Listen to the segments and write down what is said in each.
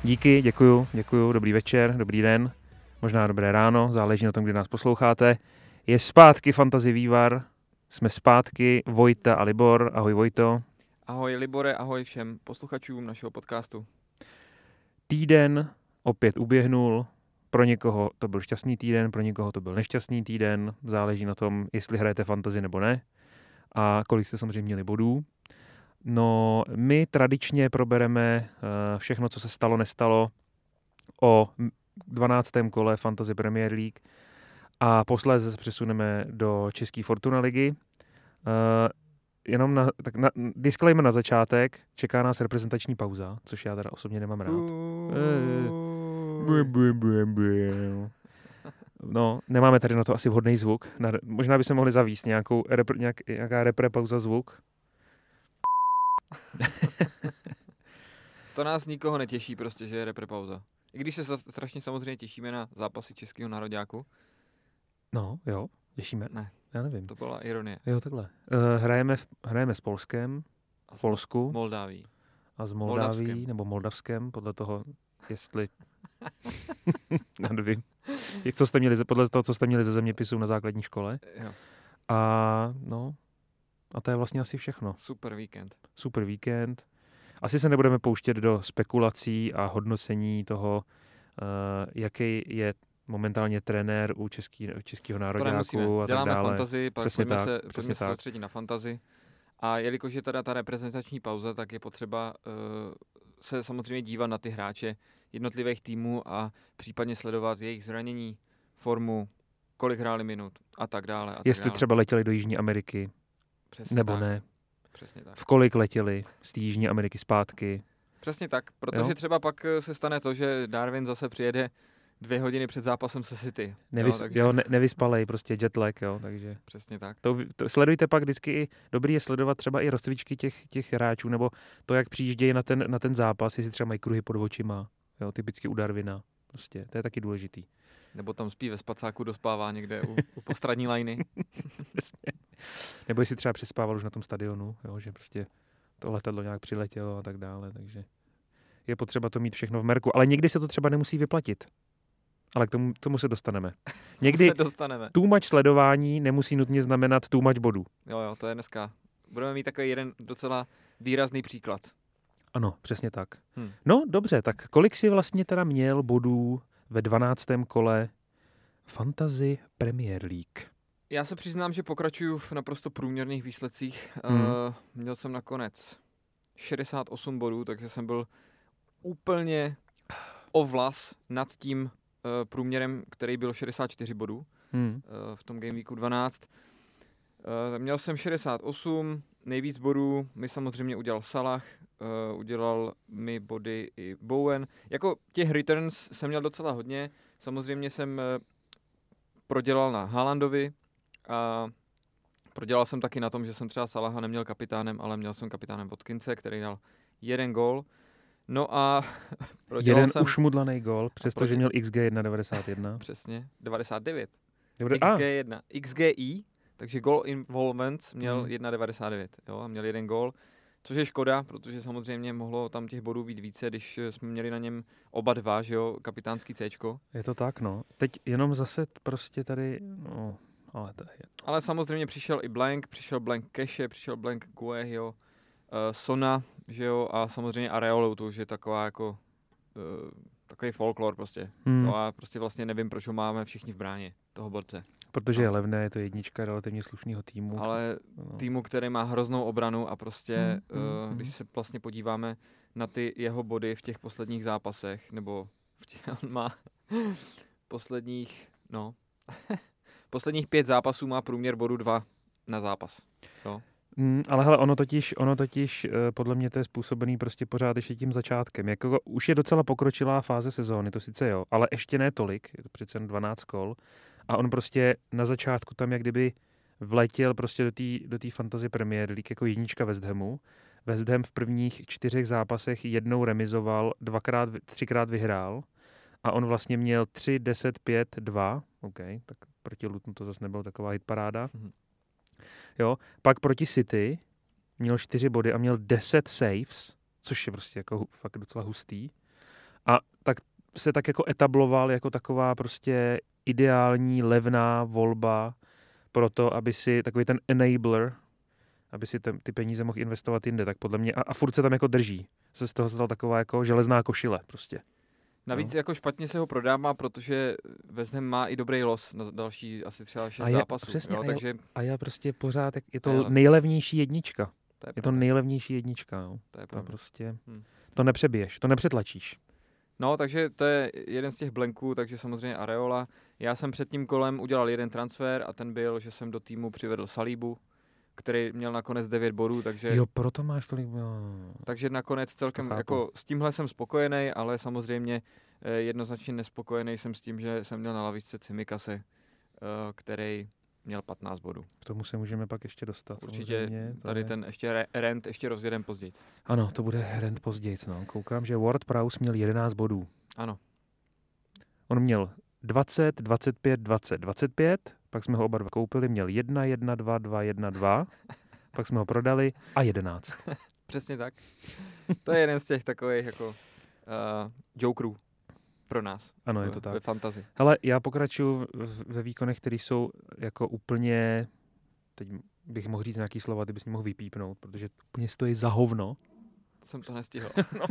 Díky, děkuju, dobrý večer, dobrý den, možná dobré ráno, záleží na tom, kdy nás posloucháte. Je zpátky Fantasy Vývar, jsme zpátky, Vojta a Libor. Ahoj Vojto. Ahoj Libore, ahoj všem posluchačům našeho podcastu. Týden opět uběhnul, pro někoho to byl šťastný týden, pro někoho to byl nešťastný týden, záleží na tom, jestli hrajete fantasy nebo ne a kolik jste samozřejmě měli bodů. No, my tradičně probereme všechno, co se stalo, nestalo o 12. kole Fantasy Premier League a posléze se přesuneme do České Fortuna ligy. Jenom disclaimer na začátek, čeká nás reprezentační pauza, což já teda osobně nemám rád. No, nemáme tady na to asi vhodný zvuk. Možná by se mohli zavíst nějaká repre pauza zvuk. To nás nikoho netěší prostě, že je repre pauza. I když se strašně samozřejmě těšíme na zápasy českého nároďáku. No, jo, těšíme. Ne. Já nevím. To byla ironie. Jo, takhle. Hrajeme s Polskem, v Polsku. Moldáví. A s Moldáví, nebo Moldavskem, podle toho, jestli... Já nevím. Podle toho, co jste měli ze zeměpisů na základní škole. Jo. A to je vlastně asi všechno. Super víkend. Asi se nebudeme pouštět do spekulací a hodnocení toho, jaký je momentálně trenér u českého nároďáku a tak dále. Děláme fantasy, pak pojďme se tak. soustředit na fantasy. A jelikož je teda ta reprezentační pauza, tak je potřeba se samozřejmě dívat na ty hráče jednotlivých týmů a případně sledovat jejich zranění, formu, kolik hráli minut a tak dále. Jestli třeba letěli do Jižní Ameriky, přesně nebo tak. ne. Přesně tak. V kolik letěli z té Jižní Ameriky zpátky. Přesně tak, protože třeba pak se stane to, že Darwin zase přijede 2 hodiny před zápasem se City. Nevyspalej, prostě jetlag, jo, takže. Přesně tak. To sledujte pak vždycky, dobrý je sledovat třeba i rozcvičky těch hráčů, nebo to, jak přijíždějí na ten zápas, jestli třeba mají kruhy pod očima, jo, typicky u Darwina, prostě, to je taky důležitý. Nebo tam spí ve spacáku, dospává někde u postradní lajny. Nebo jestli třeba přespával už na tom stadionu, jo, že prostě to letadlo nějak přiletělo a tak dále, takže je potřeba to mít všechno v merku, ale někdy se to třeba nemusí vyplatit. Ale k tomu se dostaneme. Někdy too much sledování nemusí nutně znamenat too much bodů. Jo, to je dneska. Budeme mít takový jeden docela výrazný příklad. Ano, přesně tak. No, dobře, tak kolik jsi vlastně teda měl bodů ve 12. kole Fantasy Premier League? Já se přiznám, že pokračuju v naprosto průměrných výsledcích. Měl jsem nakonec 68 bodů, takže jsem byl úplně o vlas nad tím průměrem, který byl 64 bodů v tom Game Weeku 12. Měl jsem 68, nejvíc bodů mi samozřejmě udělal Salah, udělal mi body i Bowen. Jako těch returns jsem měl docela hodně, samozřejmě jsem prodělal na Haalandovi a prodělal jsem taky na tom, že jsem třeba Salaha neměl kapitánem, ale měl jsem kapitánem Watkinse, který dal 1 gól. No a jeden ušmudlaný gól, přestože měl XG 1,91. Přesně, 99. XG1. XGI, takže goal involvement měl 1,99. Jo, a měl 1 gól, což je škoda, protože samozřejmě mohlo tam těch bodů být více, když jsme měli na něm oba 2, že jo, kapitánský Cčko. Je to tak, no. Teď jenom zase prostě tady, no, ale samozřejmě přišel i Blank, přišel Blank Keše, přišel Blank Guehio, Sona, že jo, a samozřejmě Areolu, to už je taková jako takový folklor prostě. No a prostě vlastně nevím, proč ho máme všichni v bráně, toho borce. Protože je levné, je to jednička relativně slušného týmu. Ale týmu, který má hroznou obranu a prostě, když se vlastně podíváme na ty jeho body v těch posledních zápasech, nebo on má posledních 5 zápasů má průměr bodu 2 na zápas. Jo. Ale hele, ono totiž podle mě to je způsobený prostě pořád ještě tím začátkem. Jako, už je docela pokročilá fáze sezóny, to sice jo, ale ještě ne tolik, je to přece jen 12 kol. A on prostě na začátku tam jak kdyby vletěl prostě do té Fantasy Premier League jako jednička West Hamu. West Ham v prvních 4 zápasech 1 remizoval, 3krát vyhrál a on vlastně měl 3, 10, 5, 2. OK, tak proti Lutonu to zase nebylo taková hitparáda. Jo, pak proti City měl 4 body a měl 10 saves, což je prostě jako fakt docela hustý. A tak se tak jako etabloval jako taková prostě ideální levná volba pro to, aby si takový ten enabler, aby si ty peníze mohl investovat jinde, tak podle mě, a furt se tam jako drží. Se z toho stala taková jako železná košile prostě. Navíc jako špatně se ho prodává, protože West Ham má i dobrý los na další asi třeba 6 zápasů. Přesně, jo, takže a já prostě pořád, je to nejlevnější jednička. Je to nejlevnější jednička. Jo. To je pravda. Prostě, Hmm. to nepřebiješ, to nepřetlačíš. No, takže to je jeden z těch blanků, takže samozřejmě Areola. Já jsem před tím kolem udělal jeden transfer a ten byl, že jsem do týmu přivedl Salibu, který měl nakonec 9 bodů, takže... Jo, proto máš tolik... Takže nakonec celkem jako s tímhle jsem spokojený, ale samozřejmě jednoznačně nespokojený jsem s tím, že jsem měl na lavičce Cimikase, který měl 15 bodů. K tomu se můžeme pak ještě dostat. Určitě tady ten ještě rent ještě rozjedem později. Ano, to bude rent později. No. Koukám, že Ward Prowse měl 11 bodů. Ano. On měl 20, 25, 20, 25, pak jsme ho oba dva koupili, měl 1, 1, 2, 2, 1, 2, pak jsme ho prodali a 11. Přesně tak. To je jeden z těch takových jako jokerů pro nás. Ano, je to tak. Ve fantasy. Hele, já pokračuju ve výkonech, které jsou jako úplně, teď bych mohl říct nějaký slova, ty bys mě mohl vypípnout, protože úplně stojí za hovno. Jsem to nestihl. No.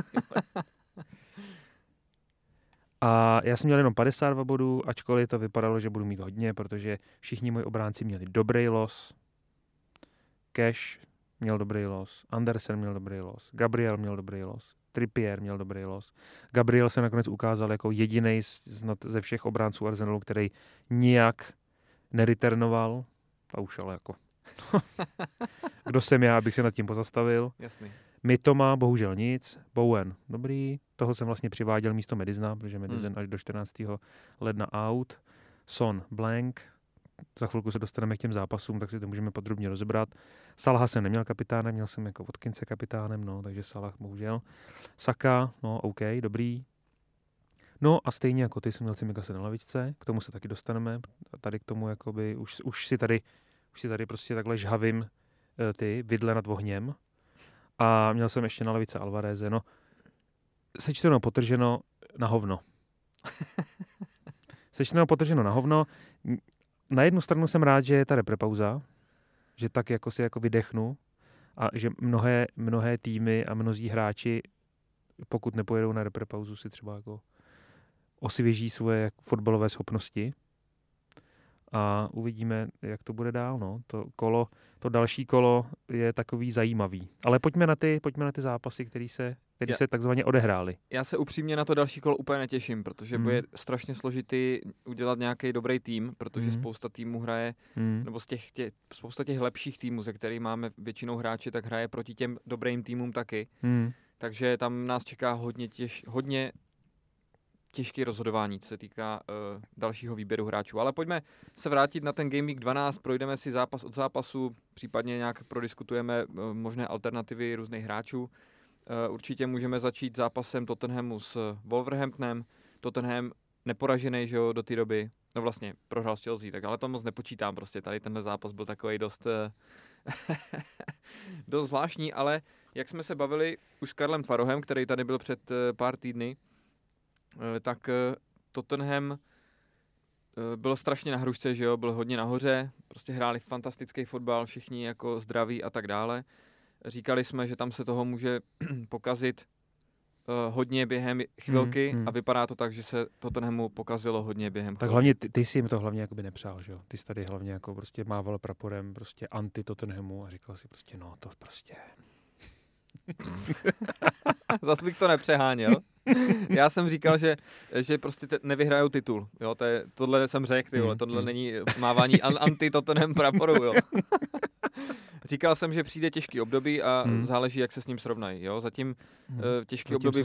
A já jsem měl jenom 52 bodů, ačkoliv to vypadalo, že budu mít hodně, protože všichni moji obránci měli dobrý los. Cash měl dobrý los, Andersen měl dobrý los, Gabriel měl dobrý los, Trippier měl dobrý los. Gabriel se nakonec ukázal jako jedinej ze všech obránců Arsenalu, který nijak nereturnoval. A už ale jako... Kdo jsem já, abych se nad tím pozastavil. Jasný. Mitoma, bohužel nic. Bowen, dobrý. Toho jsem vlastně přiváděl místo Madisona, protože Madison až do 14. ledna out. Son, blank. Za chvilku se dostaneme k těm zápasům, tak si to můžeme podrobně rozebrat. Salaha jsem neměl kapitánem, měl jsem jako Watkinse kapitánem, no, takže Salah bohužel. Saka, no, OK, dobrý. No a stejně jako ty jsem měl Cimikase na lavičce, k tomu se taky dostaneme. Tady k tomu jakoby už si tady prostě takhle žhavím ty vidle nad ohněm. A měl jsem ještě na lavice Alvareze, no. Sečteno potrženo na hovno. Sečteno potrženo na hovno. Na jednu stranu jsem rád, že je ta reprepauza, že tak jako si jako vydechnu a že mnohé týmy a mnozí hráči, pokud nepojedou na reprepauzu, si třeba jako osvěží svoje fotbalové schopnosti a uvidíme, jak to bude dál. No. To další kolo je takový zajímavý. Ale pojďme na ty zápasy, které se takzvaně odehrály. Já se upřímně na to další kolo úplně netěším, protože bude strašně složitý udělat nějaký dobrý tým, protože spousta týmů hraje, nebo spousta těch lepších týmů, ze kterých máme většinou hráči, tak hraje proti těm dobrým týmům taky. Takže tam nás čeká hodně těžké rozhodování, co se týká dalšího výběru hráčů. Ale pojďme se vrátit na ten Game Week 12, projdeme si zápas od zápasu, případně nějak prodiskutujeme možné alternativy různých hráčů. Určitě můžeme začít zápasem Tottenhamu s Wolverhamptonem. Tottenham neporažený, že jo, do té doby. No vlastně, prohrál s Chelsea, tak ale to moc nepočítám prostě. Tady tenhle zápas byl takovej dost zvláštní, ale jak jsme se bavili už s Karlem Tvarohem, který tady byl před pár týdny, tak Tottenham byl strašně na hrušce, že jo, byl hodně nahoře, prostě hráli fantastický fotbal, všichni jako zdraví a tak dále. Říkali jsme, že tam se toho může pokazit hodně během chvilky a vypadá to tak, že se Tottenhamu pokazilo hodně během chvilky. Tak hlavně ty si jim to hlavně jakoby nepřál, že jo? Ty jsi tady hlavně jako prostě mával praporem prostě anti-Tottenhamu a říkal si prostě no to prostě... Zas bych to nepřeháněl. Já jsem říkal, že prostě nevyhrajou titul. Jo, tohle jsem řekl, ty vole, tohle není mávání anti-Tottenham praporu, jo. Říkal jsem, že přijde těžký období a záleží, jak se s ním srovnají. Jo? Zatím těžký období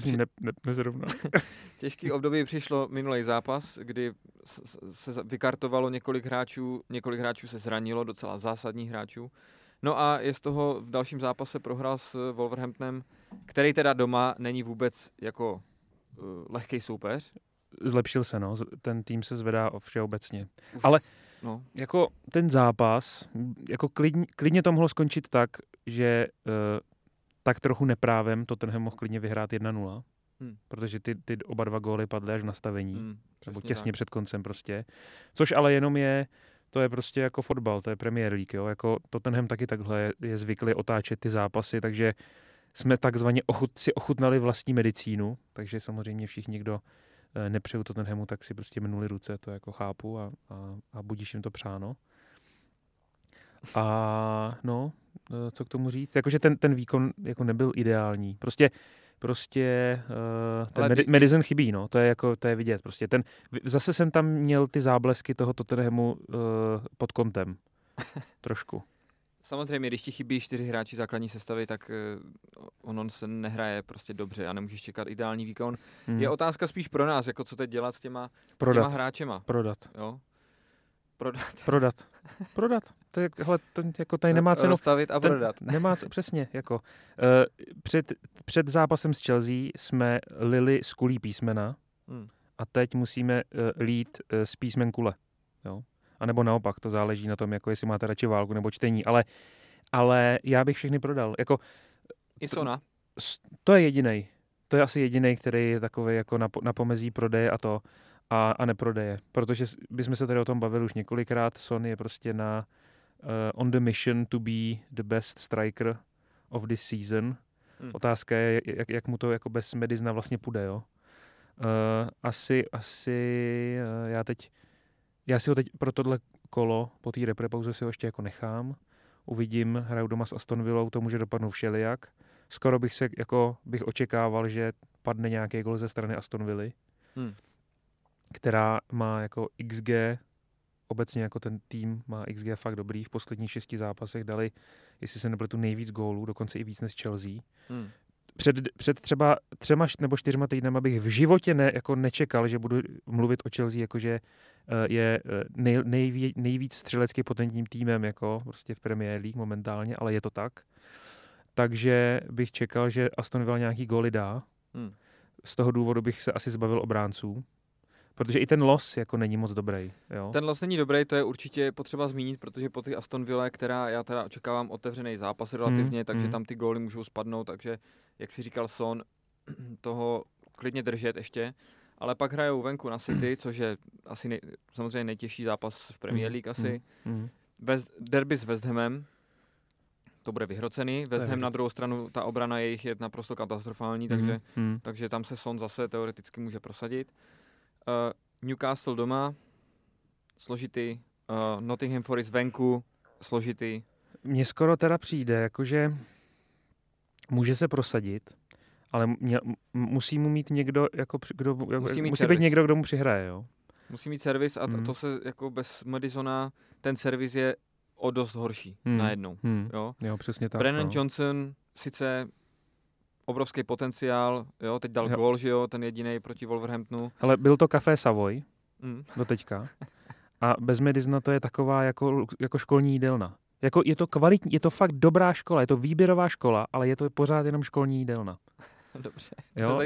těžký období přišlo minulý zápas, kdy se vykartovalo několik hráčů se zranilo, docela zásadních hráčů. No a je z toho v dalším zápase prohrál s Wolverhamptonem, který teda doma není vůbec jako lehký soupeř. Zlepšil se, no. Ten tým se zvedá všeobecně. Ale jako ten zápas, jako klidně to mohlo skončit tak, že tak trochu neprávem Tottenham mohl klidně vyhrát 1-0. Protože ty oba dva góly padly až v nastavení, nebo těsně tak. před koncem prostě. Což ale jenom to je prostě jako fotbal, to je Premier League, jo. Jako Tottenham taky takhle je zvyklý otáčet ty zápasy, takže jsme takzvaně si ochutnali vlastní medicínu, takže samozřejmě všichni, kdo nepřeju Tottenhamu, tak si prostě minuli ruce, to jako chápu a budíš jim to přáno. A no, co k tomu říct? Jakože ten výkon jako nebyl ideální. Prostě ten Madison chybí, no. To je vidět. Prostě zase jsem tam měl ty záblesky toho Tottenhamu pod kontem. Trošku. Samozřejmě, když ti chybí 4 hráči základní sestavy, tak ono se nehraje prostě dobře a nemůžeš čekat ideální výkon. Je otázka spíš pro nás, jako co teď dělat s těma hráčema. Prodat. To je, hele, to jako tady nemá cenu. Rozstavit a prodat. Přesně, jako. Před zápasem s Chelsea jsme lili z kulí písmena a teď musíme lít z písmen kule. Jo? A nebo naopak, to záleží na tom, jako jestli máte radši válku nebo čtení. Ale já bych všechny prodal. Jako, i Sona. To je jedinej. To je asi jedinej, který je takový jako na pomezí prodeje a to. A neprodeje. Protože bychom se tady o tom bavili už několikrát. Son je prostě on the mission to be the best striker of this season. Otázka je, jak mu to jako bez Madisona vlastně půjde, jo. Já si ho teď pro tohle kolo, po té reprepauze si ho ještě jako nechám. Uvidím, hraju doma s Aston Villou, to může dopadnout všelijak. Skoro bych očekával, že padne nějaký gol ze strany Aston Villy, která má jako XG, obecně jako ten tým má XG fakt dobrý. V posledních 6 zápasech dali, jestli se nepletu, nejvíc gólů, dokonce i víc než Chelsea. Před třeba 3 nebo 4 týdnama bych v životě nečekal, že budu mluvit o Chelsea, jakože je nejvíc střelecky potentním týmem jako prostě v Premier League momentálně, ale je to tak. Takže bych čekal, že Aston Villa nějaký góly dá. Z toho důvodu bych se asi zbavil obránců. Protože i ten los jako není moc dobrý. Jo? Ten los není dobrý, to je určitě potřeba zmínit, protože po ty Aston Villa, která já teda očekávám otevřený zápas relativně, takže tam ty góly můžou spadnout, takže jak si říkal Son, toho klidně držet ještě, ale pak hrajou venku na City, což je asi samozřejmě nejtěžší zápas v Premier League asi. Derby s West Hamem, to bude vyhrocený. West Ham na druhou stranu, ta obrana jejich je naprosto katastrofální, takže tam se Son zase teoreticky může prosadit. Newcastle doma, složitý. Nottingham Forest venku, složitý. Mně skoro teda přijde, jakože může se prosadit, ale musí mu mít někdo, musí být někdo, kdo mu přihraje, jo? Musí mít servis a to se jako bez Madisona, ten servis je o dost horší najednou. Jo, přesně tak. Brennan Johnson sice obrovský potenciál, jo, teď dal gól, že jo, ten jedinej proti Wolverhamptonu. Ale byl to Café Savoy do teďka a bez Madisona to je taková jako školní jídelna. Jako je to kvalitní, je to fakt dobrá škola, je to výběrová škola, ale je to pořád jenom školní jídelna. Dobře. Jo,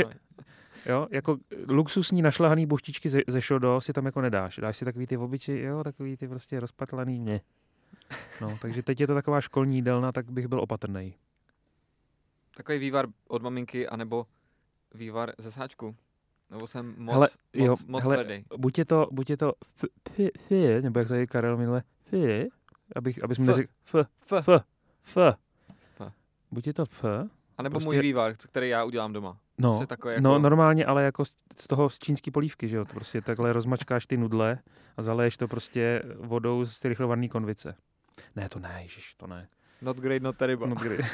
jako luxusní našlehaný buštičky ze šodo si tam jako nedáš. Dáš si takový ty takový ty prostě rozpatlaný mě. No, takže teď je to taková školní jídelna, tak bych byl opatrnej. Takový vývar od maminky, anebo vývar ze sáčku. Nebo jsem moc tvrdý. Buď je to nebo jak to je Karel minule, abys mi neřekl Buď je to a nebo můj vývar, který já udělám doma. No, normálně, ale jako z čínský polívky, že jo? To prostě takhle rozmačkáš ty nudle a zaleješ to prostě vodou z rychlovaný konvice. Ne, to ne, ježiš, to ne. Not great, not terrible. Not great.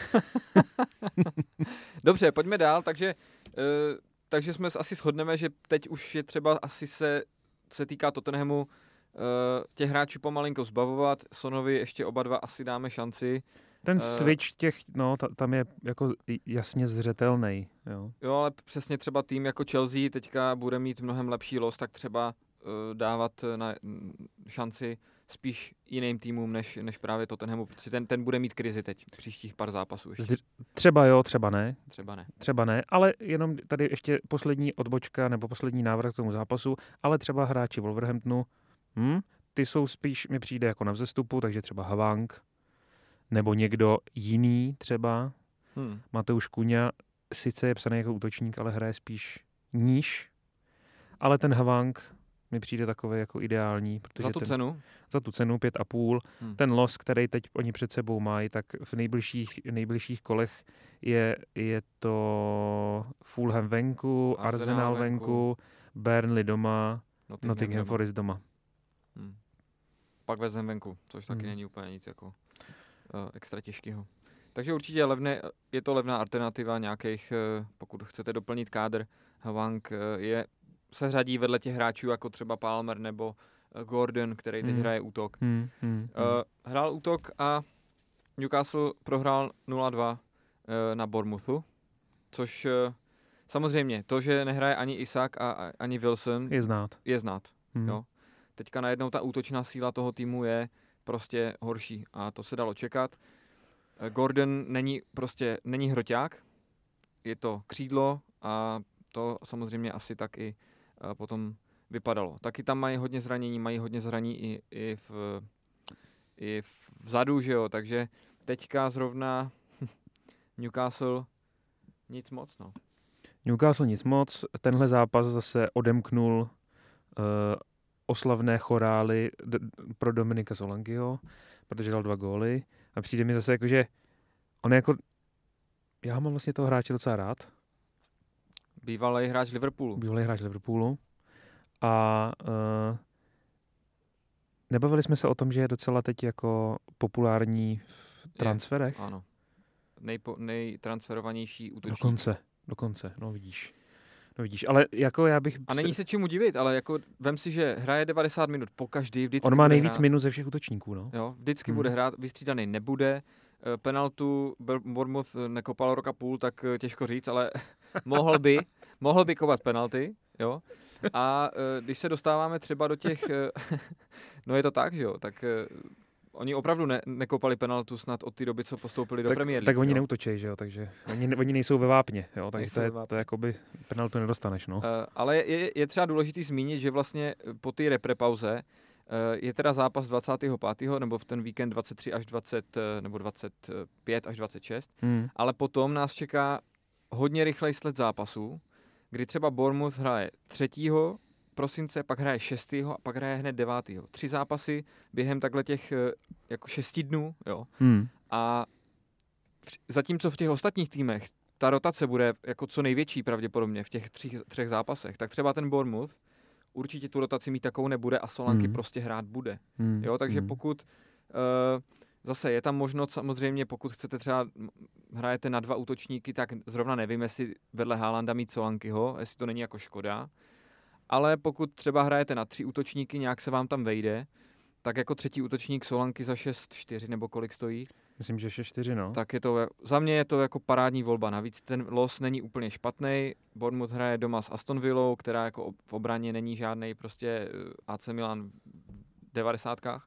Dobře, pojďme dál, takže jsme asi shodneme, že teď už je třeba asi se týká Tottenhamu těch hráčů pomalinko zbavovat. Sonovi ještě oba dva asi dáme šanci. Ten switch tam je jako jasně zřetelný. Jo, ale přesně třeba tým jako Chelsea teďka bude mít mnohem lepší los, tak třeba dávat na šanci spíš jiným týmům, než právě Tottenhamu, protože ten bude mít krizi teď, příštích pár zápasů ještě. Třeba jo, třeba ne. Třeba ne, ale jenom tady ještě poslední odbočka nebo poslední návrh k tomu zápasu, ale třeba hráči Wolverhamptonu, ty jsou spíš, mi přijde jako na vzestupu, takže třeba Hwang, nebo někdo jiný třeba, Mateusz Kuňa, sice je psaný jako útočník, ale hraje spíš níž, ale ten Hwang mi přijde takový jako ideální. Protože Za tu cenu? Za tu cenu 5,5. Ten los, který teď oni před sebou mají, tak v nejbližších kolech je to Fulham venku, Arsenal venku, Burnley doma, Nottingham Forest doma. Pak West Ham venku, což taky není úplně nic jako extra těžkého. Takže určitě je to levná alternativa nějakých, pokud chcete doplnit kádr. Hwang se řadí vedle těch hráčů jako třeba Palmer nebo Gordon, který teď hraje útok. Hrál útok a Newcastle prohrál 0-2 na Bournemouthu, což samozřejmě to, že nehraje ani Isak a ani Wilson, je znát. Jo. Teďka najednou ta útočná síla toho týmu je prostě horší a to se dalo čekat. Gordon není hroťák, je to křídlo a to samozřejmě asi tak i potom vypadalo. Taky tam mají hodně zranění i vzadu, že jo, takže teďka zrovna Newcastle nic moc, no. Newcastle nic moc, tenhle zápas zase odemknul oslavné chorály pro Dominika Solankeho, protože dal 2 góly a přijde mi zase jako, že on jako, já mám vlastně toho hráče docela rád. Bývalý hráč Liverpoolu. A nebavili jsme se o tom, že je docela teď jako populární v transferech. Ano. Nejtransferovanější útočník. Dokonce, no vidíš, ale jako já bych... A není se čemu divit, ale jako vem si, že hraje 90 minut pokaždý, vždycky on má nejvíc minut ze všech útočníků, no. Jo, vždycky bude hrát, vystřídaný nebude. Penaltu Bournemouth nekopal roka půl, tak těžko říct, ale mohl by kopat penalty, jo. A když se dostáváme třeba do těch, no je to tak, že jo, tak oni opravdu nekopali penaltu snad od té doby, co postoupili do Premier League. Tak oni neútočí, že jo, takže oni nejsou ve vápně, jo, takže to je jakoby penaltu nedostaneš, no. Ale je třeba důležitý zmínit, že vlastně po té reprepauze je teda zápas 25. nebo v ten víkend 23 až 20, nebo 25 až 26, ale potom nás čeká hodně rychlej sled zápasů, kdy třeba Bournemouth hraje 3. prosince, pak hraje 6. a pak hraje hned 9. 3 zápasy během takhle těch jako 6 dnů, jo. A zatímco v těch ostatních týmech ta rotace bude jako co největší pravděpodobně v těch 3 zápasech, tak třeba ten Bournemouth určitě tu rotaci mít takovou nebude a Solanke prostě hrát bude. Jo, takže pokud zase je tam možnost samozřejmě, pokud chcete třeba hrajete na 2 útočníky, tak zrovna nevím, jestli vedle Haalanda mít Solankeho, jestli to není jako škoda. Ale pokud třeba hrajete na 3 útočníky, nějak se vám tam vejde, tak jako 3. útočník Solanke za 6-4 nebo kolik stojí? Myslím, že 6-4, no. Tak za mě je to jako parádní volba. Navíc ten los není úplně špatný. Bournemouth hraje doma s Aston Villou, která jako v obraně není žádnej prostě AC Milan v 90kách.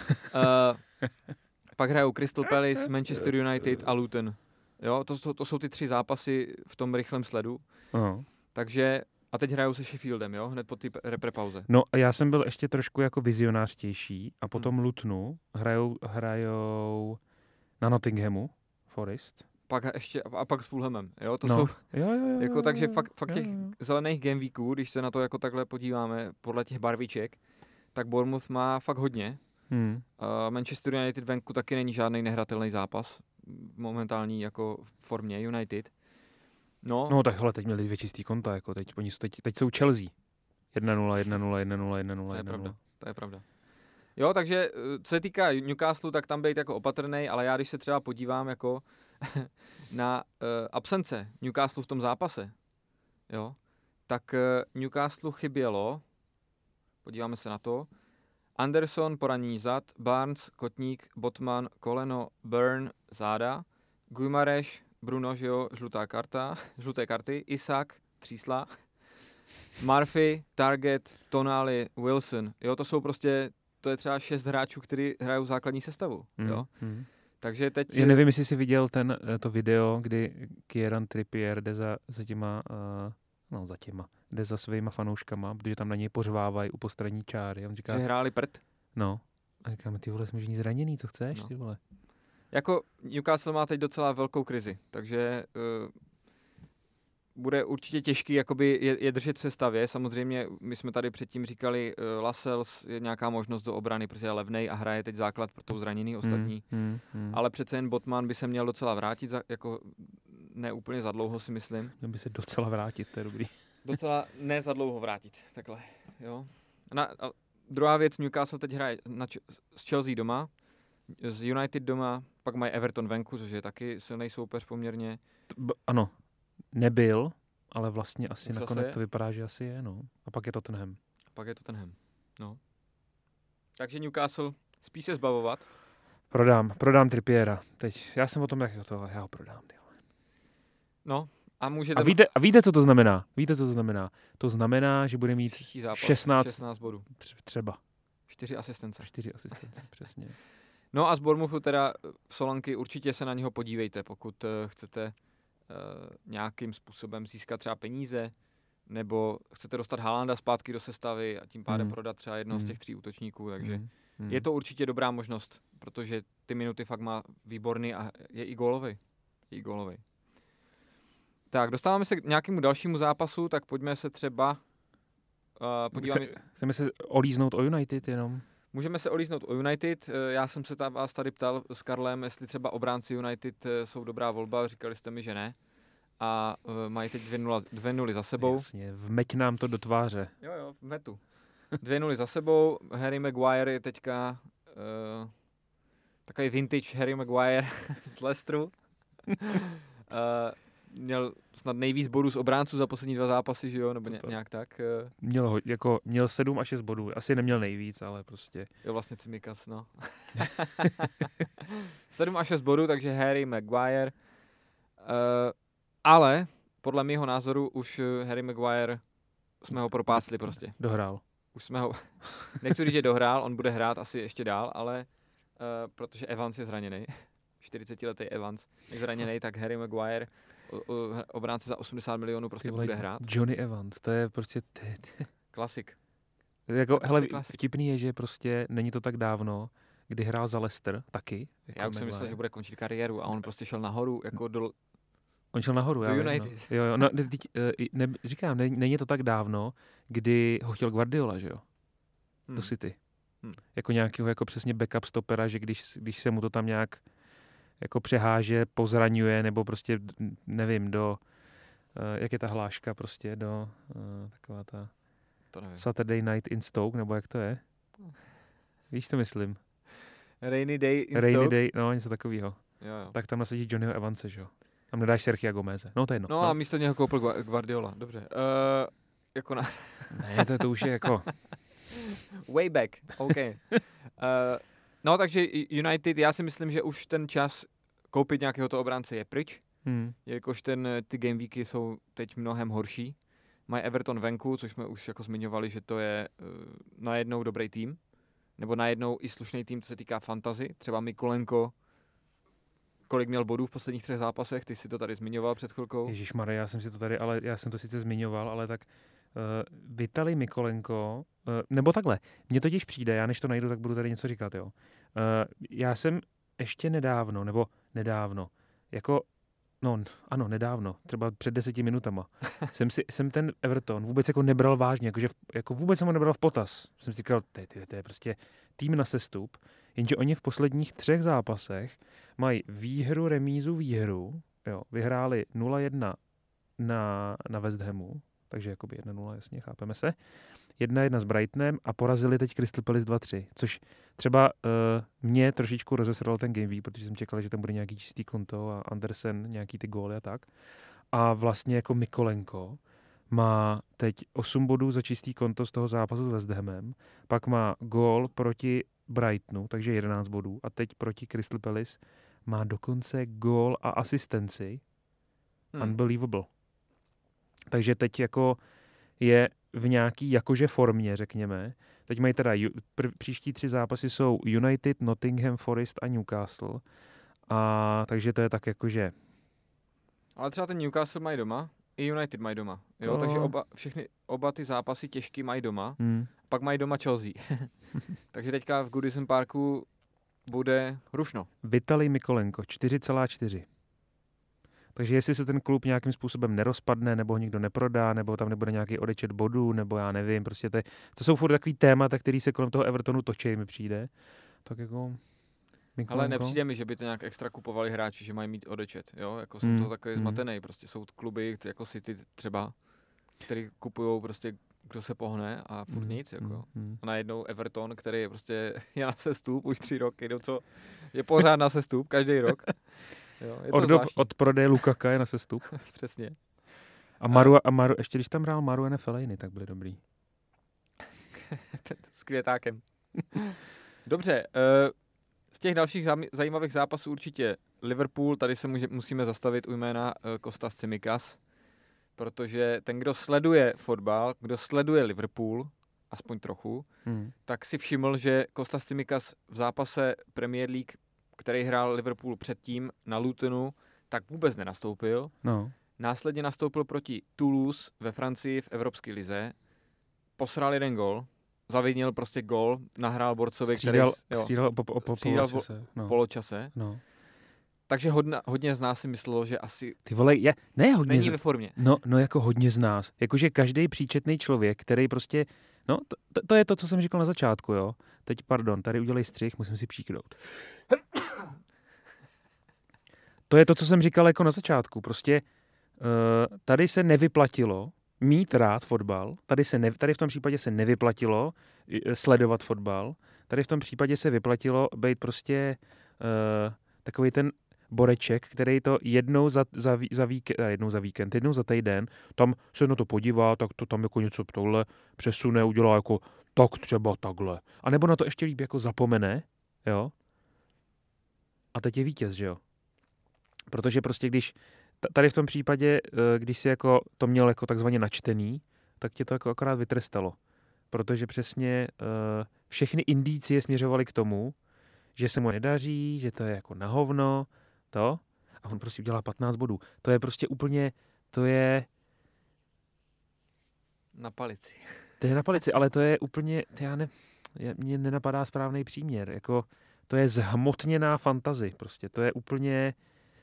Pak hrajou Crystal Palace, Manchester United a Luton. Jo, to jsou ty 3 zápasy v tom rychlém sledu. Takže a teď hrajou se Sheffieldem, jo, hned po té reprepauze. No a já jsem byl ještě trošku jako vizionářtější a potom Lutonu hrajou na Nottinghamu Forest. Pak s Fulhamem, jo, to jsou jako takže fakt těch zelených game weeků, když se na to jako takhle podíváme podle těch barviček, tak Bournemouth má fakt hodně. Manchester United venku taky není žádný nehratelný zápas v momentální jako formě United. No tak hele, teď měli 2 čistý konta, jako teď jsou Chelsea. 1-0, 1-0, 1-0, 1-0. To je pravda. Jo, takže co se týká Newcastle, tak tam být jako opatrnej, ale já když se třeba podívám jako na absence Newcastle v tom zápase, jo, tak Newcastle chybělo, podíváme se na to, Anderson poranění zad, Barnes, kotník, Botman, koleno, Burn, záda, Guimarães, Bruno, že jo, žluté karty, Isak, třísla, Murphy, Target, Tonali, Wilson, jo, to je třeba 6 hráčů, kteří hrajou základní sestavu, jo. Takže teď... Já nevím, jestli jsi viděl to video, kdy Kieran Trippier jde jde za svýma fanouškama, protože tam na něj pořvávají u postranní čáry. On říká, že hráli prd? No. A říkáme, ty vole, jsme všichni zraněný, co chceš, ty vole? Jako Newcastle má teď docela velkou krizi, takže bude určitě těžký jakoby je držet v sestavě. Samozřejmě my jsme tady předtím říkali, Lascelles je nějaká možnost do obrany, protože je levnej a hraje teď základ pro tou zraněný ostatní. Ale přece jen Botman by se měl docela vrátit, jako ne úplně za dlouho si myslím. Měl by se docela vrátit, to je dobrý. Docela ne za dlouho vrátit, takhle, jo. A druhá věc, Newcastle teď hraje s Chelsea doma, z United doma, pak mají Everton venku, což je taky silný soupeř poměrně. Ano, nebyl, ale vlastně asi nakonec to vypadá, že asi je, no. A pak je Tottenham. No. Takže Newcastle spíš se zbavovat. Prodám Trippiera. Teď, já jsem o tom jak to, já ho prodám. Tyhle. No, a můžete... A víte, co to znamená? To znamená, že bude mít zápas, 16 bodů. Třeba. 4 asistence, přesně. No a z Bournemouthu teda Solanky určitě se na něho podívejte, pokud chcete nějakým způsobem získat třeba peníze, nebo chcete dostat Haalanda zpátky do sestavy a tím pádem prodat třeba jednoho z těch 3 útočníků, takže je to určitě dobrá možnost, protože ty minuty fakt má výborný a je i gólovej. Tak, dostáváme se k nějakému dalšímu zápasu, tak pojďme se třeba podíváme. Chceme se olíznout o United jenom? Můžeme se olíznout o United. Já jsem se vás tady ptal s Karlem, jestli třeba obránci United jsou dobrá volba, říkali jste mi, že ne. A mají teď 2-0 za sebou. Jasně, vmeť nám to do tváře. Jo, vmetu. 2-0 za sebou, Harry Maguire je teďka takový vintage Harry Maguire z Leicesteru. Měl snad nejvíc bodů z obránců za poslední 2 zápasy, že jo, nebo nějak tak. Měl 7 a 6 bodů. Asi neměl nejvíc, ale prostě. Jo, vlastně Cimikas, no. 7 a 6 bodů, takže Harry Maguire. Ale podle mého názoru už Harry Maguire jsme ho propásli prostě. Dohrál. Už jsme ho, nechci říct, že dohrál, on bude hrát asi ještě dál, ale protože Evans je zraněný, 40-letý Evans je zraněný, tak Harry Maguire, obránce za 80 milionů prostě bude hrát. Johnny Evans, to je prostě... Klasik. Jako, hele, vtipný je, že prostě není to tak dávno, kdy hrál za Leicester taky. Jako já už jsem myslel, že bude končit kariéru a on prostě šel nahoru jako On šel nahoru, já United. vím, no. Jo, no, říkám, není to tak dávno, kdy ho chtěl Guardiola, že jo? Do City. Jako nějakého jako přesně backup stopera, že když se mu to tam nějak jako přeháže, pozraňuje, nebo prostě, nevím, jak je ta hláška prostě, taková ta Saturday Night in Stoke, nebo jak to je? Víš, co myslím? Rainy Day in Stoke? Rainy Day, no, něco takového. Jo. Tak tam nasadí Johnnyho Evanse, že jo? Tam nedáš Sergio Gomeze. No, to je jedno. No a místo něho koupil Guardiola, dobře. Jako na... Ne, to už je jako... Way back, OK. No, takže United, já si myslím, že už ten čas koupit nějakého toho obránce je pryč, jelikož ty gameweeky jsou teď mnohem horší. Mají Everton venku, což jsme už jako zmiňovali, že to je najednou dobrý tým, nebo najednou i slušný tým, co se týká fantasy. Třeba Mikolenko, kolik měl bodů v posledních 3 zápasech, ty si to tady zmiňoval před chvilkou. Ježišmarja, já jsem to sice zmiňoval, ale tak Vitali Mikolenko, nebo takhle, mně totiž přijde, já než to najdu, tak budu tady něco říkat, jo. Já jsem ještě nedávno, nedávno, třeba před 10 minutama, jsem ten Everton vůbec jako nebral vážně, jako vůbec jsem ho nebral v potaz. Jsem si říkal, to je prostě tým na sestup, jenže oni v posledních 3 zápasech mají výhru, remízu, výhru, jo, vyhráli 0-1 na West Hamu, takže jakoby 1-0, jasně, chápeme se. 1-1 s Brightonem a porazili teď Crystal Palace 2-3, což třeba mě trošičku rozesral ten game week, protože jsem čekal, že tam bude nějaký čistý konto a Andersen nějaký ty góly a tak. A vlastně jako Mikolenko má teď 8 bodů za čistý konto z toho zápasu s West Hamem, pak má gól proti Brightonu, takže 11 bodů a teď proti Crystal Palace má dokonce gól a asistenci. Unbelievable. Takže teď jako je v nějaký jakože formě, řekněme. Teď mají teda příští 3 zápasy jsou United, Nottingham Forest a Newcastle. A takže to je tak jakože... Ale třeba ten Newcastle mají doma, i United mají doma. Jo? Takže oba ty zápasy těžký mají doma. Pak mají doma Chelsea. Takže teďka v Goodison Parku bude rušno. Vitali Mikolenko, 4,4. Takže jestli se ten klub nějakým způsobem nerozpadne, nebo ho nikdo neprodá, nebo tam nebude nějaký odečet bodů, nebo já nevím, prostě to jsou furt takový témata, který se kolem toho Evertonu točí, mi přijde. Tak jako... Ale nepřijde mi, že by to nějak extra kupovali hráči, že mají mít odečet, jo? Jako jsem to takový zmatený, prostě jsou kluby jako City třeba, který kupujou prostě, kdo se pohne a furt nic, jako. A najednou Everton, který je prostě je na sestup už 3 roky, co je pořád na sestup, každý rok. Jo, je od prodeje Lukaka je na sestup. Přesně. A Maru, ještě když tam hrál Marouane Fellaini, tak byli dobrý. S květákem. Dobře, z těch dalších zajímavých zápasů určitě Liverpool, tady se musíme zastavit u jména Kostas Tsimikas, protože ten, kdo sleduje fotbal, kdo sleduje Liverpool, aspoň trochu, tak si všiml, že Kostas Tsimikas v zápase Premier League, který hrál Liverpool předtím na Lutonu, tak vůbec nenastoupil. No. Následně nastoupil proti Toulouse ve Francii v Evropské lize, posral 1 gól, zavinil prostě gól, nahrál borcovi, střídal po poločase. No. Takže hodně z nás si myslelo, že asi ty vole, není ve formě. No jako hodně z nás. Jakože každý příčetný člověk, který prostě, no to je to, co jsem říkal na začátku, jo. Teď, tady udělej střih, musím si příknout. To je to, co jsem říkal jako na začátku. Prostě tady se nevyplatilo mít rád fotbal, tady v tom případě se nevyplatilo sledovat fotbal, tady v tom případě se vyplatilo být prostě takový ten boreček, který to jednou za víkend, jednou za týden, tam se na to podívá, tak to tam jako něco tohle přesune, udělá jako tak třeba takhle. A nebo na to ještě líp jako zapomene, jo? A teď je vítěz, že jo? Protože prostě když tady v tom případě, když si jako to měl jako takzvaně načtený, tak tě to jako akorát vytrestalo. Protože přesně všechny indicie směřovaly k tomu, že se mu nedaří, že to je jako na hovno, to. A on prostě udělá 15 bodů. To je prostě úplně, to je... Na palici. To je na palici, ale to je úplně, mně nenapadá správný příměr. Jako, to je zhmotněná fantazie prostě. To je úplně...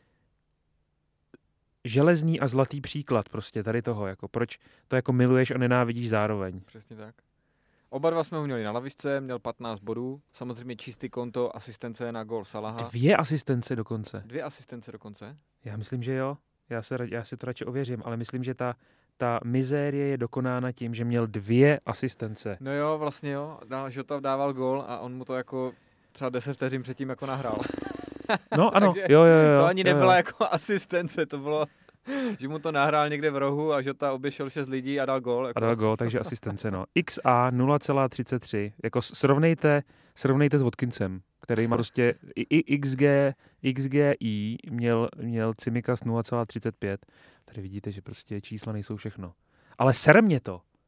železný a zlatý příklad prostě tady toho, jako proč to jako miluješ a nenávidíš zároveň. Přesně tak. Oba dva jsme ho měli na lavičce, měl 15 bodů, samozřejmě čistý konto, asistence na gól Salaha. 2 asistence dokonce. 2 asistence dokonce? Já myslím, že jo. Já si to radši ověřím, ale myslím, že ta mizérie je dokonána tím, že měl 2 asistence. No jo, vlastně jo. Žota dával gól a on mu to jako třeba 10 vteřin předtím jako nahrál. No ano, takže jo. To ani nebyla jako asistence, to bylo, že mu to nahrál někde v rohu a Žota oběšel 6 lidí a dal gól. Jako. A dal gól, takže asistence, no. XA 0,33, jako srovnejte s Watkinsem, který má prostě XGI měl Tsimikas 0,35. Tady vidíte, že prostě čísla nejsou všechno. Ale sere mě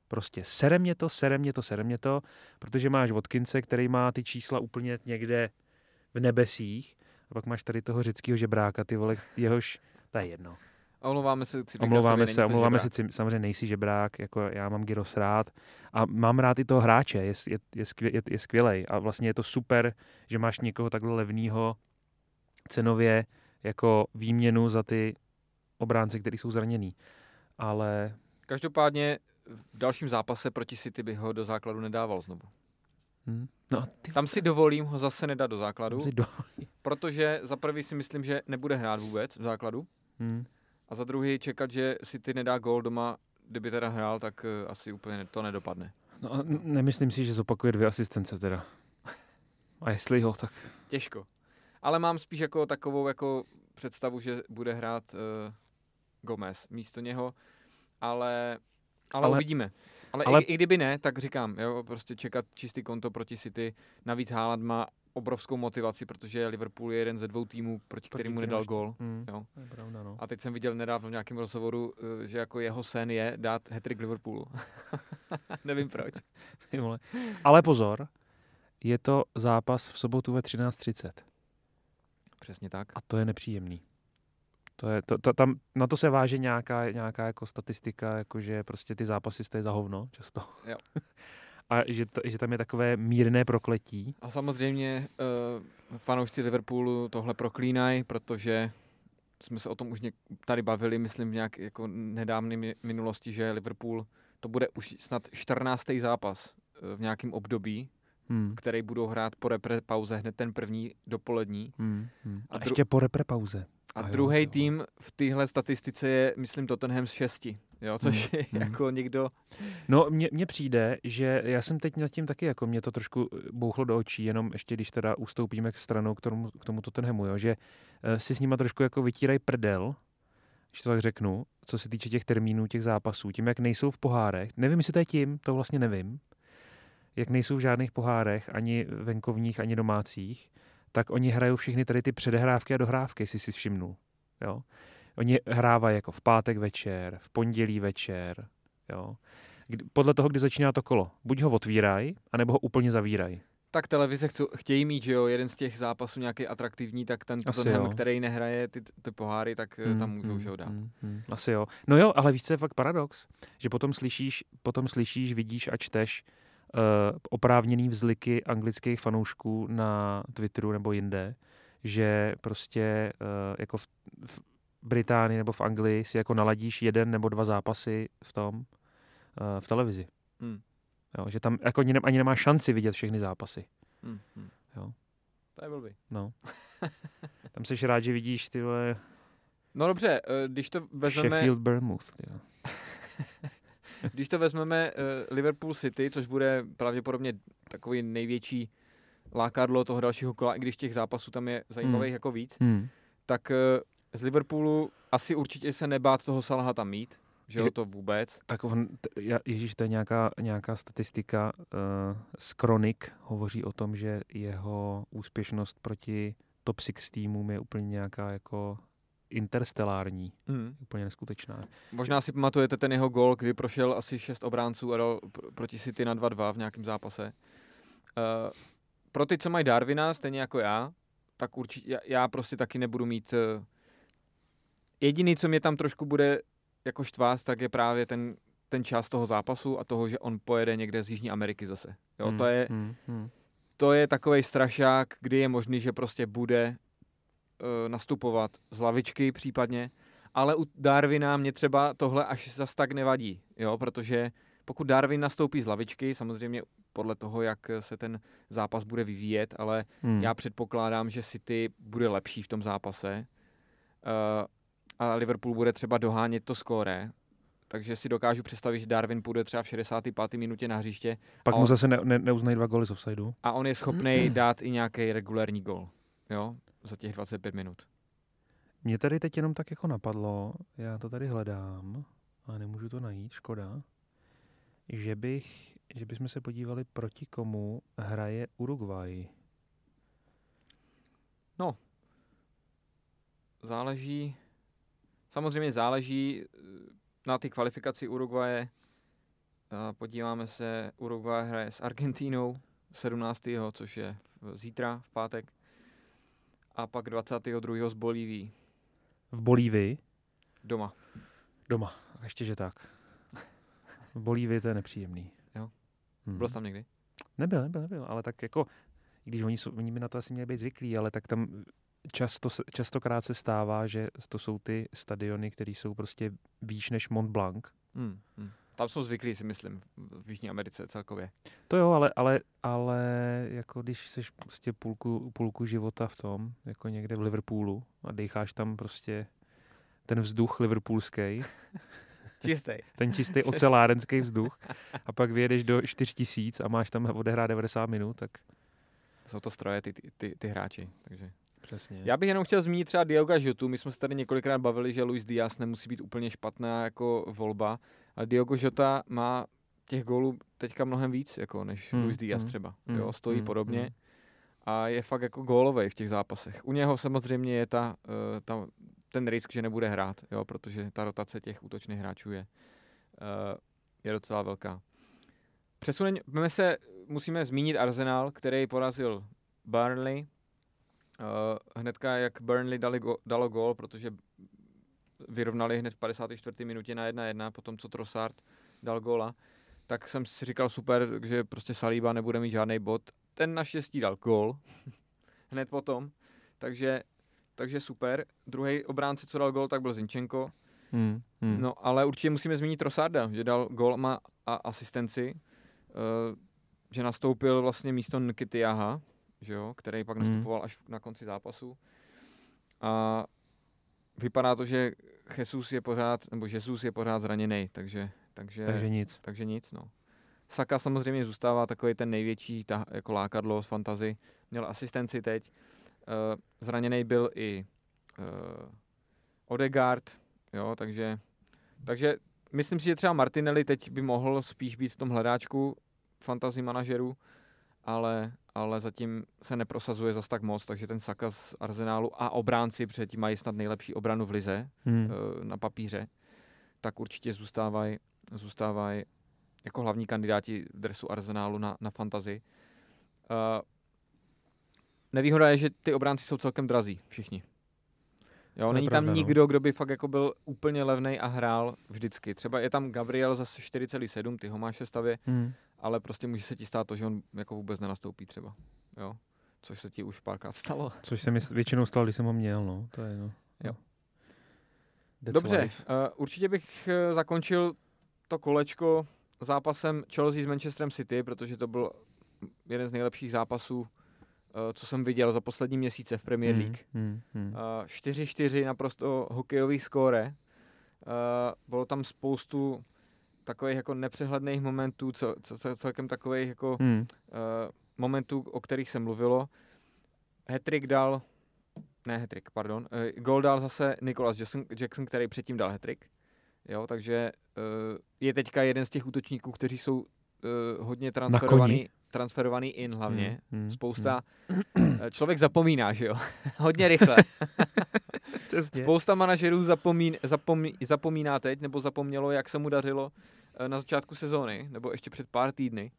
to, protože máš Watkinse, který má ty čísla úplně někde v nebesích. A pak máš tady toho řeckého žebráka, ty vole, jehož, to je jedno. A omlouváme se, samozřejmě nejsi žebrák, jako já mám Gyros rád a mám rád i toho hráče, je skvělej a vlastně je to super, že máš někoho takhle levného cenově jako výměnu za ty obránce, kteří jsou zraněný. Ale... Každopádně v dalším zápase proti City bych ho do základu nedával znovu. No, tam si dovolím ho zase nedat do základu, protože za prvý si myslím, že nebude hrát vůbec v základu a za druhý čekat, že City nedá gól doma, kdyby teda hrál, tak asi úplně to nedopadne. No a nemyslím si, že zopakuje 2 asistence teda. A jestli ho, tak... Těžko. Ale mám spíš jako takovou jako představu, že bude hrát Gomez místo něho, ale uvidíme. Ale i kdyby ne, tak říkám, jo, prostě čekat čistý konto proti City. Navíc Haaland má obrovskou motivaci, protože Liverpool je jeden ze 2 týmů, proti kterému nedal gól. Jo. Pravda, no. A teď jsem viděl nedávno v nějakém rozhovoru, že jako jeho sen je dát hat-trick Liverpoolu. Nevím proč. Ale pozor, je to zápas v sobotu ve 13:30. Přesně tak. A to je nepříjemný. Tam na to se váže nějaká jako statistika, jakože prostě ty zápasy stojí za hovno často. Jo. A že tam je takové mírné prokletí. A samozřejmě fanoušci Liverpoolu tohle proklínají, protože jsme se o tom už tady bavili, myslím v nějak jako nedávné minulosti, že Liverpool, to bude už snad 14. zápas v nějakém období, který budou hrát po repre pauze, hned ten první dopolední. A ještě po repre pauze. A druhý tým v téhle statistice je, myslím, Tottenham z 6. Jo, což je jako někdo... No, mně přijde, že já jsem teď nad tím taky, jako mě to trošku bouchlo do očí, jenom ještě když teda ustoupíme k stranou k tomu Tottenhamu, jo, že si s nima trošku jako vytírají prdel, když to tak řeknu, co se týče těch termínů, těch zápasů, tím, jak nejsou v pohárech. Nevím, jestli to je tím, to vlastně nevím. Jak nejsou v žádných pohárech, ani venkovních, ani domácích, tak oni hrajou všechny tady ty předehrávky a dohrávky, jestli si všimnul. Jo? Oni hrávají jako v pátek večer, v pondělí večer, jo? Podle toho, kdy začíná to kolo. Buď ho otvírají, anebo ho úplně zavírají. Tak televize chtějí mít, že jo, jeden z těch zápasů nějaký atraktivní, tak ten Tottenham, který nehraje ty poháry, tak tam můžou že ho dát. Asi jo. No jo, ale víš, co je fakt paradox? Že potom slyšíš, vidíš a čteš oprávněný vzliky anglických fanoušků na Twitteru nebo jinde, že prostě jako v Británii nebo v Anglii si jako naladíš 1 nebo 2 zápasy v televizi. Jo, že tam jako ani nemá šanci vidět všechny zápasy. Jo. To je blbý. No. Tam seš rád, že vidíš tyhle... No dobře, když to vezmeme... Sheffield Bournemouth. Když to vezmeme Liverpool City, což bude pravděpodobně takový největší lákadlo toho dalšího kola, i když těch zápasů tam je zajímavých jako víc, tak z Liverpoolu asi určitě se nebát toho Salaha tam mít, že jo, to vůbec. Tak ježíš, to je nějaká statistika z Kronik, hovoří o tom, že jeho úspěšnost proti top 6 týmům je úplně nějaká jako interstelární. Úplně neskutečná. Možná si pamatujete ten jeho gól, kdy prošel asi 6 obránců a dal proti City na 2-2 v nějakém zápase. Pro ty, co mají Darwina, stejně jako já, tak určitě já prostě taky nebudu mít... Jediný, co mě tam trošku bude jako štvát, tak je právě ten čas toho zápasu a toho, že on pojede někde z Jižní Ameriky zase. Jo, to je takovej strašák, kdy je možný, že prostě bude nastupovat z lavičky případně, ale u Darwina mě třeba tohle až zas tak nevadí, jo, protože pokud Darwin nastoupí z lavičky, samozřejmě podle toho, jak se ten zápas bude vyvíjet, ale já předpokládám, že City bude lepší v tom zápase a Liverpool bude třeba dohánět to skóre, takže si dokážu představit, že Darwin půjde třeba v 65. minutě na hřiště. Pak mu zase neuznají 2 góly z offsideu. A on je schopný dát i nějaký regulérní gól, jo, za těch 25 minut. Mě tady teď jenom tak jako napadlo, já to tady hledám, ale nemůžu to najít, škoda, že bychom se podívali, proti komu hraje Uruguay. No, samozřejmě záleží na ty kvalifikaci Uruguaye. Podíváme se, Uruguay hraje s Argentínou 17. což je zítra v pátek. A pak 22. s Bolívií. V Bolívii? Doma. Ještě, že tak. V Bolívii to je nepříjemný. Jo. Byl jsi tam někdy? Nebyl, ale tak jako, když oni by na to asi měli být zvyklí, ale tak tam častokrát se stává, že to jsou ty stadiony, které jsou prostě výš než Mont Blanc. Tam jsou zvyklí, si myslím, v Jižní Americe celkově. To jo, ale jako když jsi prostě půlku života v tom, jako někde v Liverpoolu a dýcháš tam prostě ten vzduch liverpoolský. Čistý. Ten čistý ocelárenský vzduch. A pak vyjedeš do 4000 a máš tam odehrát 90 minut, tak... Jsou to stroje, ty hráči, takže... Přesně. Já bych jenom chtěl zmínit třeba Dioga Jotu. My jsme se tady několikrát bavili, že Luis Díaz nemusí být úplně špatná jako volba, ale Diogo Jota má těch gólů teďka mnohem víc, jako než Luis Díaz třeba. Jo, stojí podobně a je fakt jako gólovej v těch zápasech. U něho samozřejmě je ten risk, že nebude hrát, jo, protože ta rotace těch útočných hráčů je docela velká. Musíme zmínit Arsenal, který porazil Burnley. Hnedka jak Burnley dalo gól, protože vyrovnali hned v 54. minutě na 1-1, potom co Trossard dal góla, tak jsem si říkal super, že prostě Saliba nebude mít žádný bod. Ten naštěstí dal gól hned potom, takže takže super. Druhý obránce, co dal gól, tak byl Zinchenko. Hmm. No, ale určitě musíme zmínit Trossarda, že dal gól a asistenci, že nastoupil vlastně místo Nkity Jaha, že jo, který pak nastupoval až na konci zápasu. A vypadá to, že Jesus je pořád zraněný, takže nic, no. Saka samozřejmě zůstává takový ten největší jako lákadlo z fantasy. Měl asistenci teď. Zraněný byl i Odegaard, jo, takže myslím si, že třeba Martinelli teď by mohl spíš být v tom hledáčku fantasy manažerů, ale zatím se neprosazuje zas tak moc, takže ten Saka z Arsenálu a obránci předtím mají snad nejlepší obranu v lize na papíře, tak určitě zůstávají jako hlavní kandidáti v dresu Arsenálu na fantasy. Nevýhoda je, že ty obránci jsou celkem drazí, všichni. Jo, není tam nikdo, kdo by fakt jako byl úplně levnej a hrál vždycky. Třeba je tam Gabriel za 4,7, ty ho máš v sestavě, ale prostě může se ti stát to, že on jako vůbec nenastoupí třeba. Jo? Což se ti už párkrát stalo. Což se mi většinou stalo, když jsem ho měl, no. To je, no. Jo. Dobře, určitě bych zakončil to kolečko zápasem Chelsea s Manchesterem City, protože to byl jeden z nejlepších zápasů, co jsem viděl za poslední měsíce v Premier League. 4-4 naprosto hokejový skóre. Bylo tam spoustu takových jako nepřehledných momentů, celkem takových jako momentů, o kterých se mluvilo. Gól dal zase Nicholas Jackson, který předtím dal hat-trick. Jo, takže je teďka jeden z těch útočníků, kteří jsou hodně transferovaný in hlavně. Spousta člověk zapomíná, že jo? Hodně rychle. Spousta manažerů zapomíná teď, nebo zapomnělo, jak se mu dařilo na začátku sezóny, nebo ještě před pár týdny.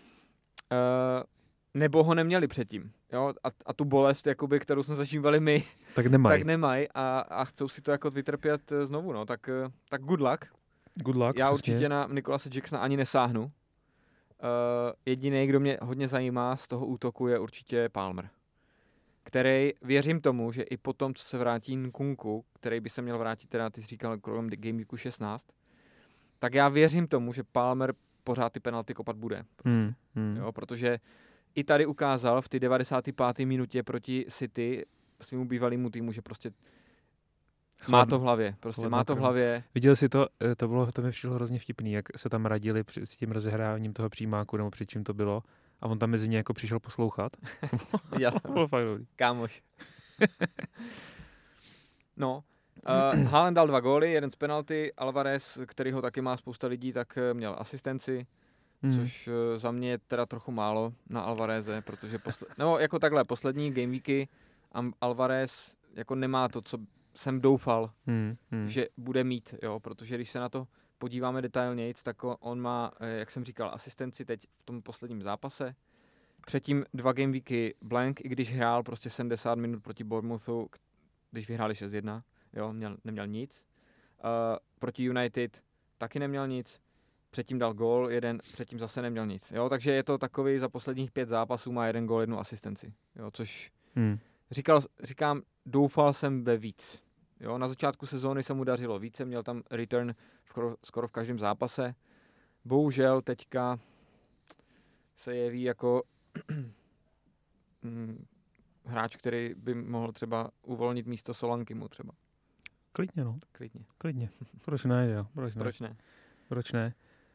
Nebo ho neměli předtím. Jo? A tu bolest, jakoby, kterou jsme zažívali my, tak nemají a chcou si to jako vytrpět znovu. No. Tak good luck. Já přesně. určitě na Nicholase Jacksona ani nesáhnu. Jediný, kdo mě hodně zajímá z toho útoku, je určitě Palmer, který věřím tomu, že i po tom, co se vrátí Nkunku, který by se měl vrátit, teda ty jsi říkal kolem Game Weeku 16, tak já věřím tomu, že Palmer pořád ty penalty kopat bude. Prostě. Jo, protože i tady ukázal v ty 95. minutě proti City svému bývalému týmu, že prostě má to v hlavě. Prostě má to v hlavě. Viděl jsi to? To mi přišlo hrozně vtipný, jak se tam radili s tím rozehráním toho přímáku, nebo před čím to bylo. A on tam mezi ně jako přišel poslouchat. Bylo fakt dobrý. Kámoš. No. Haaland dal 2 góly, jeden z penalty. Alvarez, který ho taky má spousta lidí, tak měl asistenci. Což za mě je teda trochu málo na Alvareze, protože jako takhle, poslední gameweeky Alvarez jako nemá to, co jsem doufal, že bude mít, jo, protože když se na to podíváme detailnějc, tak on má, jak jsem říkal, asistenci teď v tom posledním zápase. Předtím 2 gameweeky blank, i když hrál prostě 70 minut proti Bournemouthu, když vyhráli 6-1, jo, neměl nic. Proti United taky neměl nic. Předtím dal gól, předtím zase neměl nic. Jo, takže je to takový, za posledních 5 zápasů má 1 gól, 1 asistenci. Jo, což říkám, doufal jsem ve víc. Jo, na začátku sezóny se mu dařilo více, měl tam return skoro v každém zápase. Bohužel teďka se jeví jako hráč, který by mohl třeba uvolnit místo Solankimu třeba. Klidně, no. Klidně. Proč ne, jo? Proč ne?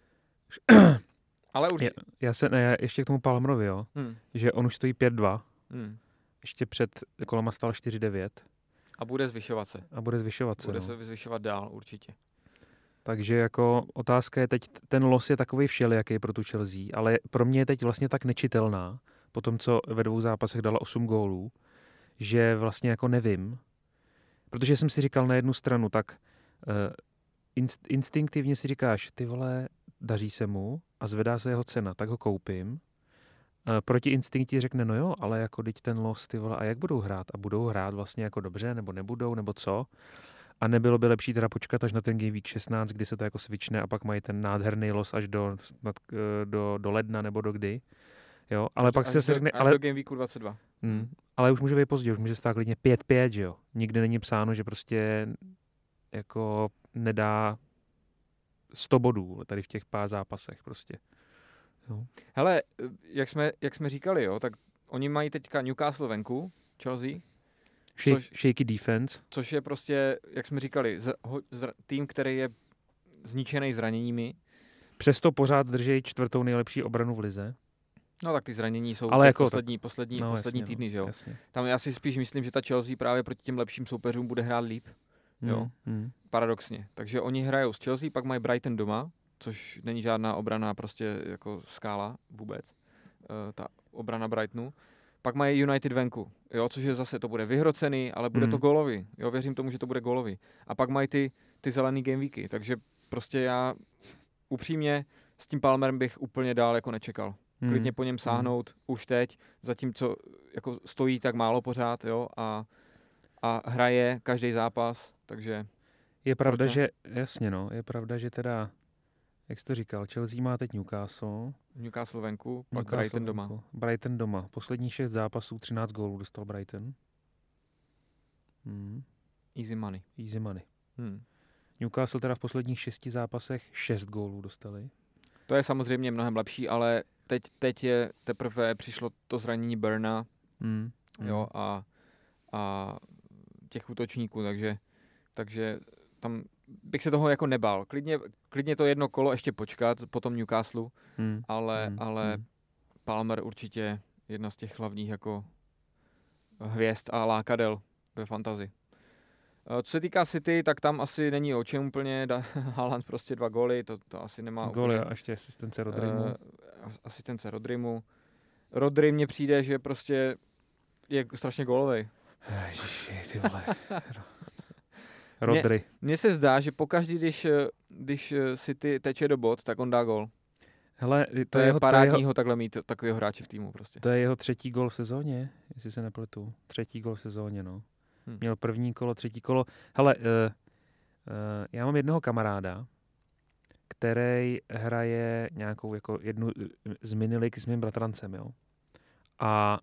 Ale určitě. Já ještě k tomu Palmerovi, jo? Že on už stojí 5-2. Ještě před kolama stál 4-9. A bude zvyšovat se. Bude se zvyšovat dál, určitě. Takže jako otázka je teď, ten los je takovej všelijaký pro tu Chelsea, ale pro mě je teď vlastně tak nečitelná, po tom, co ve 2 zápasech dala 8 gólů, že vlastně jako nevím. Protože jsem si říkal na jednu stranu, tak instinktivně si říkáš, ty vole, daří se mu a zvedá se jeho cena, tak ho koupím. Proti instinkti řekne, no jo, ale jako teď ten los, ty vole, a jak budou hrát? A budou hrát vlastně jako dobře, nebo nebudou, nebo co? A nebylo by lepší teda počkat až na ten Game Week 16, kdy se to jako switchne a pak mají ten nádherný los až do ledna nebo do kdy. Jo, ale pak se řekne... Až do Game Weeku 22. Ale už může být pozdě, už může stát klidně 5-5, že jo. Nikdy není psáno, že prostě jako nedá 100 bodů tady v těch pár zápasech prostě. Jo. Hele, jak jsme říkali, jo, tak oni mají teďka Newcastle venku, Chelsea. Shaky defense. Což je prostě, jak jsme říkali, tým, který je zničený zraněními. Přesto pořád drží 4. nejlepší obranu v lize. No tak ty zranění jsou ale jako poslední jasně, týdny, že jo. Jasně. Tam já si spíš myslím, že ta Chelsea právě proti těm lepším soupeřům bude hrát líp. Jo. Paradoxně. Takže oni hrajou s Chelsea, pak mají Brighton doma, což není žádná obrana prostě jako skála vůbec. Ta obrana Brightonu. Pak mají United venku, jo, což je zase, to bude vyhrocený, ale bude to gólový. Jo, věřím tomu, že to bude gólový. A pak mají ty zelený game weeky, takže prostě já upřímně s tím Palmerem bych úplně dál jako nečekal. Klidně po něm sáhnout už teď, zatímco jako stojí tak málo pořád, jo, a hraje každý zápas, takže... Je pravda, že, jasně no, je pravda, že teda, jak jsi to říkal, Chelsea má teď Newcastle venku, pak Brighton doma. Brighton doma. Posledních 6 zápasů, 13 gólů dostal Brighton. Easy money. Newcastle teda v posledních 6 zápasech 6 gólů dostali. To je samozřejmě mnohem lepší, ale teď je teprve přišlo to zranění Burna, jo, a těch útočníků, takže tam bych se toho jako nebál. Klidně to jedno kolo ještě počkat po tom Newcastle, ale Palmer určitě jedna z těch hlavních jako hvězd a lákadel ve fantasy. Co se týká City, tak tam asi není o čem úplně. Haaland prostě 2 góly, to asi nemá góly a ještě asistence Rodrymu. Rodry mně přijde, že prostě je strašně gólovej. Ježiši, ty vole. Rodry. Mně se zdá, že pokaždý, když City teče do bod, tak on dá gól. Hele, to je parádního takhle mít takového hráče v týmu prostě. To je jeho 3. gól v sezóně, jestli se nepletu. 3. gól v sezóně, no. Měl 1. kolo, 3. kolo. Hele, já mám jednoho kamaráda, který hraje nějakou jako jednu z minilig s mým bratrancem, jo. A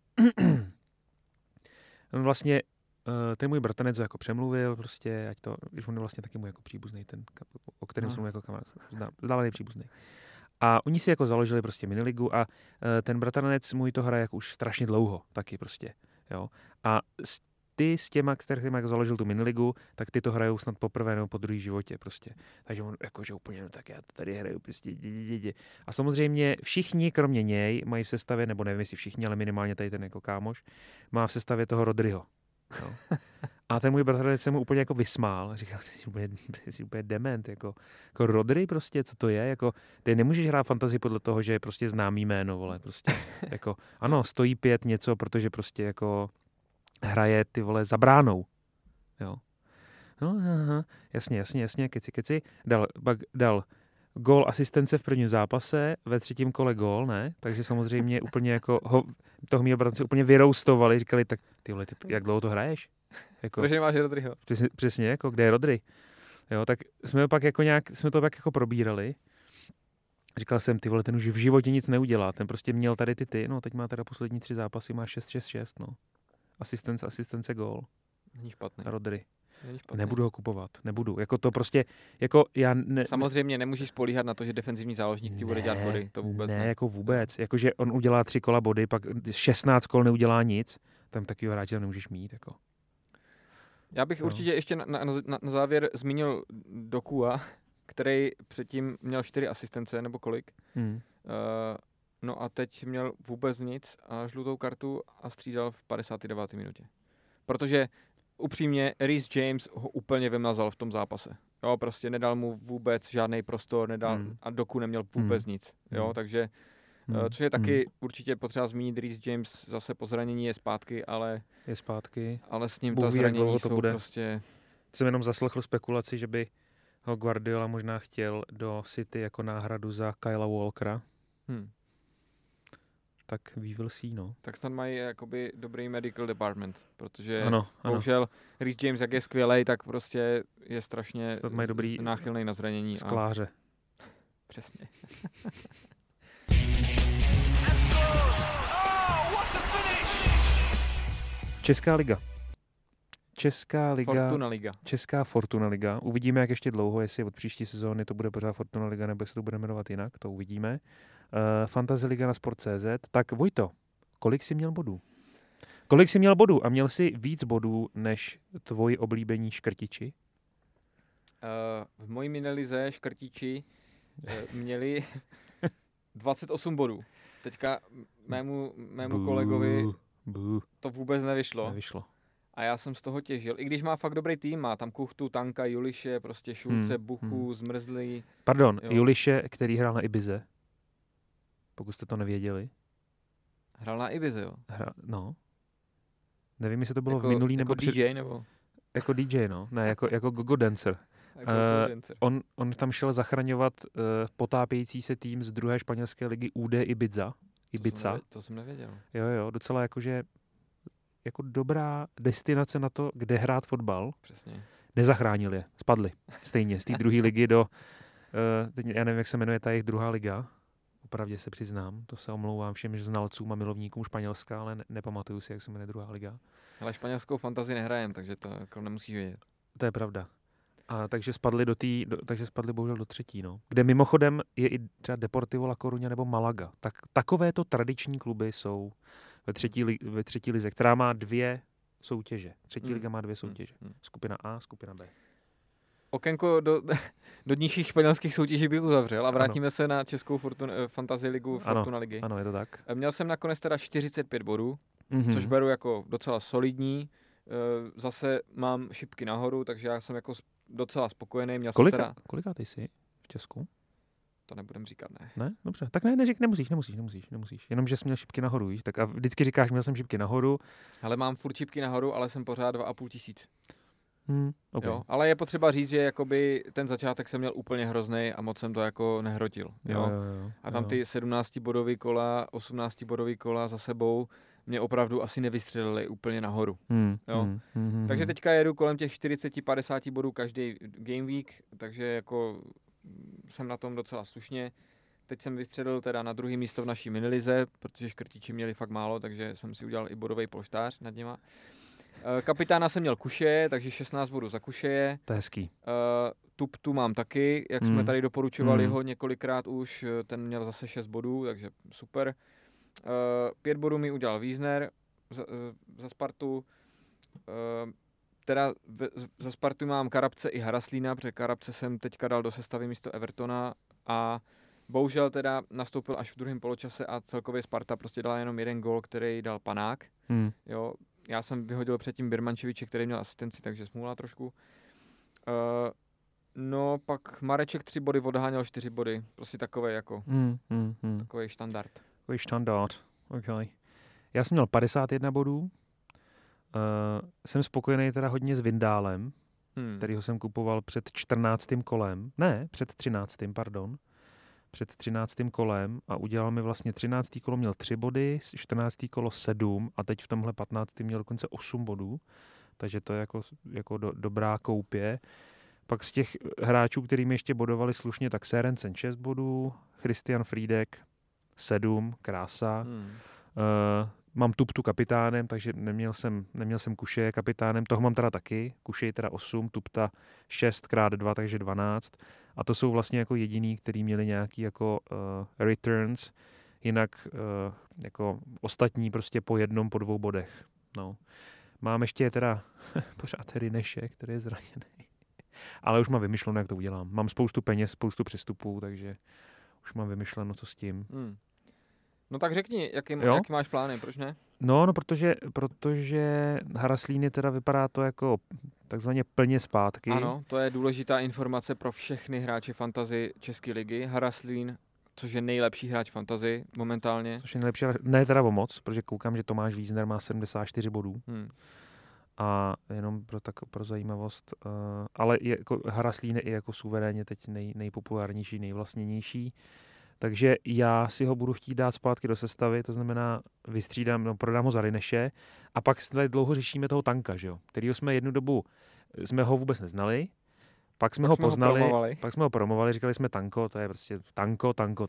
on vlastně, ten můj bratranec ho jako přemluvil, prostě, ať to, když on je vlastně taky můj jako příbuzný, ten, o kterém jsem jako kamarád, vzdálený příbuzný. A oni si jako založili prostě miniligu a ten bratranec můj to hraje jako už strašně dlouho, taky prostě, jo. A ty s těma, kterými jak založil tu miniligu, tak ty to hrajou snad poprvé nebo po druhý životě prostě. Takže on jakože úplně, no tak já to tady hraju prostě dě. A samozřejmě všichni, kromě něj, mají v sestavě, nebo nevím jestli všichni, ale minimálně tady ten jako kámoš, má v sestavě toho Rodryho. No. A ten můj bratranec se mu úplně jako vysmál. Říkal, ty jsi úplně dement, jako Rodry prostě, co to je? Jako, ty nemůžeš hrát fantazii podle toho, že je prostě známý jméno, vole, prostě. Jako, ano, stojí 5 něco, protože prostě jako hraje ty vole za bránou. Jo. No, aha, jasně, keci. Dal gól asistence v prvním zápase, ve 3. kole gól, ne? Takže samozřejmě úplně jako toho mýho bratrance úplně vyroustovali, říkali, tak ty vole, jak dlouho to hraješ? Jako, protože máš Rodryho. Přesně, jako kde je Rodry? Jo, tak jsme to pak jako probírali. Říkal jsem, ty vole, ten už v životě nic neudělá, ten prostě měl tady ty, no teď má teda poslední 3 zápasy, má 6, no. Asistence, gól. Není špatný. Rodry. Není špatný. Nebudu ho kupovat, nebudu. Jako to prostě, jako já... Samozřejmě nemůžeš spolíhat na to, že defenzivní záložník ti bude dělat body, to vůbec ne. Ne, jako vůbec. Jakože on udělá 3 kola body, pak 16 kol neudělá nic, tam takovýho hráče nemůžeš mít, jako. Já bych určitě ještě na závěr zmínil Dokua, který předtím měl 4 asistence, nebo kolik. No a teď měl vůbec nic a žlutou kartu a střídal v 59. minutě. Protože upřímně Reece James ho úplně vymazal v tom zápase. Jo, prostě nedal mu vůbec žádný prostor, a Doku neměl vůbec nic. Jo, takže což je taky určitě potřeba zmínit, Reece James zase po zranění je zpátky, ale s ním ta zranění jsou bude. Prostě... Jsem jenom zaslechl spekulaci, že by ho Guardiola možná chtěl do City jako náhradu za Kylea Walkera. Tak we will see, no. Tak snad mají jakoby dobrý medical department, protože ano. bohužel Reece James, jak je skvělej, tak prostě je strašně náchylný na zranění. Skláře. Přesně. Česká liga. Česká Fortuna Liga. Uvidíme, jak ještě dlouho, jestli od příští sezóny to bude pořád Fortuna Liga, nebo jestli to bude jmenovat jinak, to uvidíme. Fantasy Liga na Sport.cz. Tak Vojto, kolik jsi měl bodů? A měl jsi víc bodů než tvoji oblíbení škrtiči? V mojí minilize škrtiči měli 28 bodů. Teďka mému kolegovi to vůbec nevyšlo. A já jsem z toho těžil. I když má fakt dobrý tým, má tam Kuchtu, Tanka, Juliše, prostě Šulce, Buchu, Zmrzlý. Pardon, jo. Juliše, který hrál na Ibize. Pokud jste to nevěděli. Hrál na Ibize, jo? No. Nevím, jestli to bylo v minulý nebo před... DJ, nebo? Jako DJ, no. Ne, jako Gogo Dancer. On tam šel zachraňovat potápějící se tým z druhé španělské ligy UD Ibiza. To jsem nevěděl. Jo, docela jakože jako dobrá destinace na to, kde hrát fotbal. Přesně. Nezachránil je, spadli stejně z té druhé ligy do, já nevím, jak se jmenuje ta jejich druhá liga, opravdu se přiznám, to se omlouvám všem znalcům a milovníkům Španělska, ale nepamatuju si, jak se jmenuje druhá liga. Ale španělskou fantazii nehrajem, takže to jako nemusíš vědět. To je pravda. A takže spadli bohužel do třetí, no. Kde mimochodem je i třeba Deportivo La Coruña nebo Malaga. Tak takovéto tradiční kluby jsou ve třetí lize, která má 2 soutěže. Třetí liga má 2 soutěže. Skupina A, skupina B. Okénko do nižších španělských soutěží bych uzavřel a vrátíme se na českou Fantasy ligu Fortuna ligy. Ano, je to tak. Měl jsem nakonec teda 45 bodů, což beru jako docela solidní. Zase mám šipky nahoru, takže já jsem jako docela spokojený. Kolika ty jsi v Česku? To nebudem říkat, ne. Ne? Dobře. Tak ne, nemusíš. Jenom, že jsi měl šipky nahoru, víš? Tak a vždycky říkáš, měl jsem šipky nahoru. Ale mám furt šipky nahoru, ale jsem pořád 2 500. Okay. Jo, ale je potřeba říct, že jakoby ten začátek jsem měl úplně hroznej a moc jsem to jako nehrotil. Jo. A tam ty 17bodový kola, 18bodový kola za sebou mě opravdu asi nevystřelili úplně nahoru. Takže teďka jedu kolem těch 40-50 bodů každý game week, takže jako jsem na tom docela slušně. Teď jsem vystřelil teda na druhé místo v naší minilize, protože škrtiči měli fakt málo, takže jsem si udělal i bodový polštář nad něma. Kapitána jsem měl Kušeje, takže 16 bodů za Kušeje. To je hezký. Tuptu mám taky, jak jsme tady doporučovali ho několikrát už, ten měl zase 6 bodů, takže super. 5 bodů mi udělal Wiesner za Spartu. Teda za Spartu mám Karabce i Haraslína, protože Karabce jsem teďka dal do sestavy místo Evertona a bohužel teda nastoupil až v druhém poločase a celkově Sparta prostě dala jenom 1 gól, který dal Panák. Jo, já jsem vyhodil předtím Birmančeviče, který měl asistenci, takže smůla trošku. No pak Mareček 3 body, odháněl 4 body. Prostě takovej jako takovej štandard. Takový štandard, okay. Já jsem měl 51 bodů. Jsem spokojený teda hodně s Vindálem, kterýho jsem kupoval před 14. kolem. Ne, před 13. pardon. Před 13. kolem a udělal mi vlastně 13. kolo měl 3 body, 14. kolo 7 a teď v tomhle 15. měl dokonce 8 bodů. Takže to je jako dobrá koupě. Pak z těch hráčů, kterými ještě bodovali slušně, tak Sørensen 6 bodů, Christian Friedek 7, krása. Mám Tuptu kapitánem, takže neměl jsem Kušeje kapitánem, toho mám teda taky, Kušej teda 8, Tupta 6x2, takže 12. A to jsou vlastně jako jediný, který měli nějaký jako returns, jinak jako ostatní prostě po 1, po 2 bodech. No. Mám ještě teda pořád Rineše, který je zraněný. Ale už mám vymyšleno, jak to udělám. Mám spoustu peněz, spoustu přestupů, takže už mám vymyšleno, co s tím. No tak řekni, jaký máš plány, proč ne? No, protože Haraslíny teda vypadá to jako takzvaně plně zpátky. Ano, to je důležitá informace pro všechny hráče fantasy České ligy. Haraslín, což je nejlepší hráč fantasy momentálně. Což je nejlepší, ne teda o moc, protože koukám, že Tomáš Wiesner má 74 bodů. A jenom pro zajímavost, ale jako Haraslín je i jako suverénně teď nejpopulárnější, nejvlastněnější. Takže já si ho budu chtít dát zpátky do sestavy, to znamená prodám ho za Rineše a pak tady dlouho řešíme toho Tanka, že jo? Kterýho jsme jednu dobu, jsme ho vůbec neznali, pak jsme ho poznali, pak jsme ho promovali, říkali jsme Tanko, to je prostě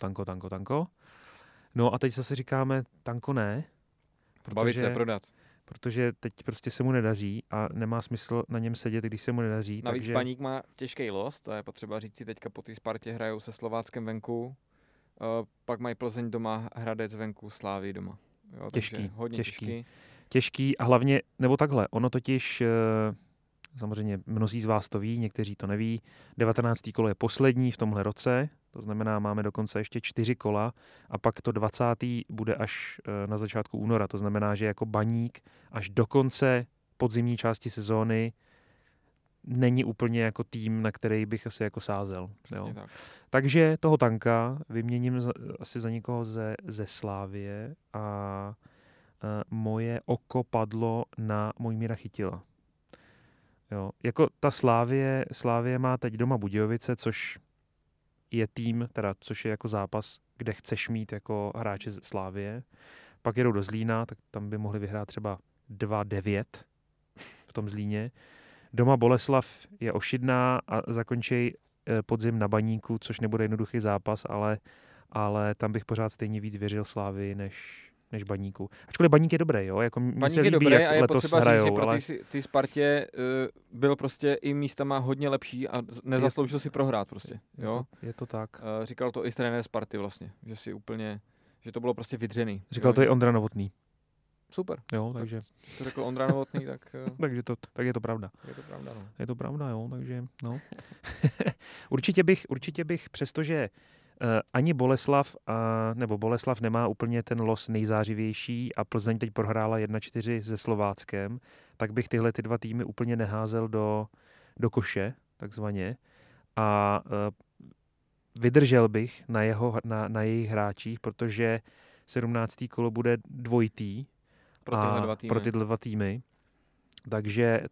Tanko. No a teď zase říkáme Tanko ne. Bavit se, prodat. protože teď prostě se mu nedaří a nemá smysl na něm sedět, když se mu nedaří. Navíc takže... Baník má těžký los, to je potřeba říct si, teďka po té Spartě hrajou se Slováckem venku, pak mají Plzeň doma, Hradec venku, Slávii doma. Jo, těžký, hodně těžký a hlavně, nebo takhle, ono totiž, samozřejmě mnozí z vás to ví, někteří to neví, 19. kolo je poslední v tomhle roce, to znamená, máme dokonce ještě 4 kola a pak to 20. bude až na začátku února, to znamená, že jako Baník až do konce podzimní části sezóny není úplně jako tým, na který bych asi jako sázel. Jo. Tak. Takže toho Tanka vyměním asi za někoho ze Slávie a moje oko padlo na Mojmíra Chytila. Jo. Jako ta Slávie má teď doma Budějovice, což je tým, což je jako zápas, kde chceš mít jako hráče ze Slávie. Pak jedou do Zlína, tak tam by mohli vyhrát třeba 2-9 v tom Zlíně. Doma Boleslav je ošidná a zakončí podzim na Baníku, což nebude jednoduchý zápas, ale tam bych pořád stejně víc věřil Slávii než Baníku. Ačkoliv Baník je dobrý, jo? Jako Baník je dobrý a je potřeba hrajou, říct, že ale... pro ty Spartě byl prostě i místama hodně lepší a nezasloužil si prohrát prostě. Jo? Je to tak. Říkal to i trenér Sparty vlastně, že to bylo prostě vydřený. Říkal to i Ondra Novotný. Super. Jo, takže... Když to řekl Ondra Novotný, tak... tak je to pravda. Je to pravda, no. Je to pravda, jo, takže no. určitě bych, přestože ani Boleslav nemá úplně ten los nejzářivější a Plzeň teď prohrála 1-4 se Slováckem, tak bych tyhle ty dva týmy úplně neházel do koše, takzvaně. A vydržel bych na jejich hráčích, protože 17. kolo bude dvojitý pro tyhle dva týmy. Takže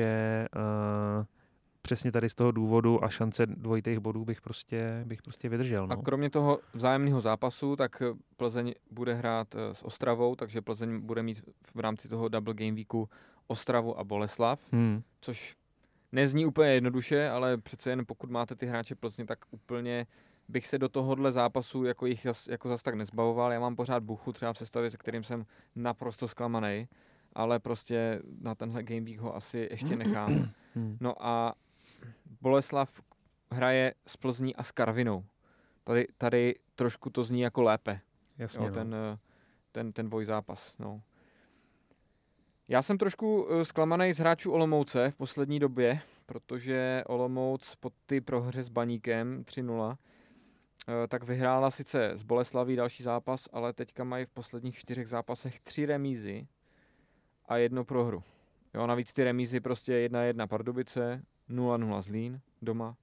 přesně tady z toho důvodu a šance dvojitých bodů bych prostě vydržel. No. A kromě toho vzájemného zápasu, tak Plzeň bude hrát s Ostravou, takže Plzeň bude mít v rámci toho double game weeku Ostravu a Boleslav, což nezní úplně jednoduše, ale přece jen pokud máte ty hráče Plzně, tak úplně bych se do tohohle zápasu jako jich jako zas tak nezbavoval. Já mám pořád Buchu třeba v sestavě, se kterým jsem naprosto zklamanej, ale prostě na tenhle game week ho asi ještě nechám. No a Boleslav hraje s Plzní a s Karvinou. Tady trošku to zní jako lépe. Jasně, jo, ten dvojzápas. No. Já jsem trošku zklamaný z hráčů Olomouce v poslední době, protože Olomouc po ty prohře s Baníkem 3-0 tak vyhrála sice s Boleslaví další zápas, ale teďka mají v posledních 4 zápasech 3 remízy a 1 prohru. Jo, navíc ty remízy prostě 1-1 Pardubice, 0-0 Zlín doma,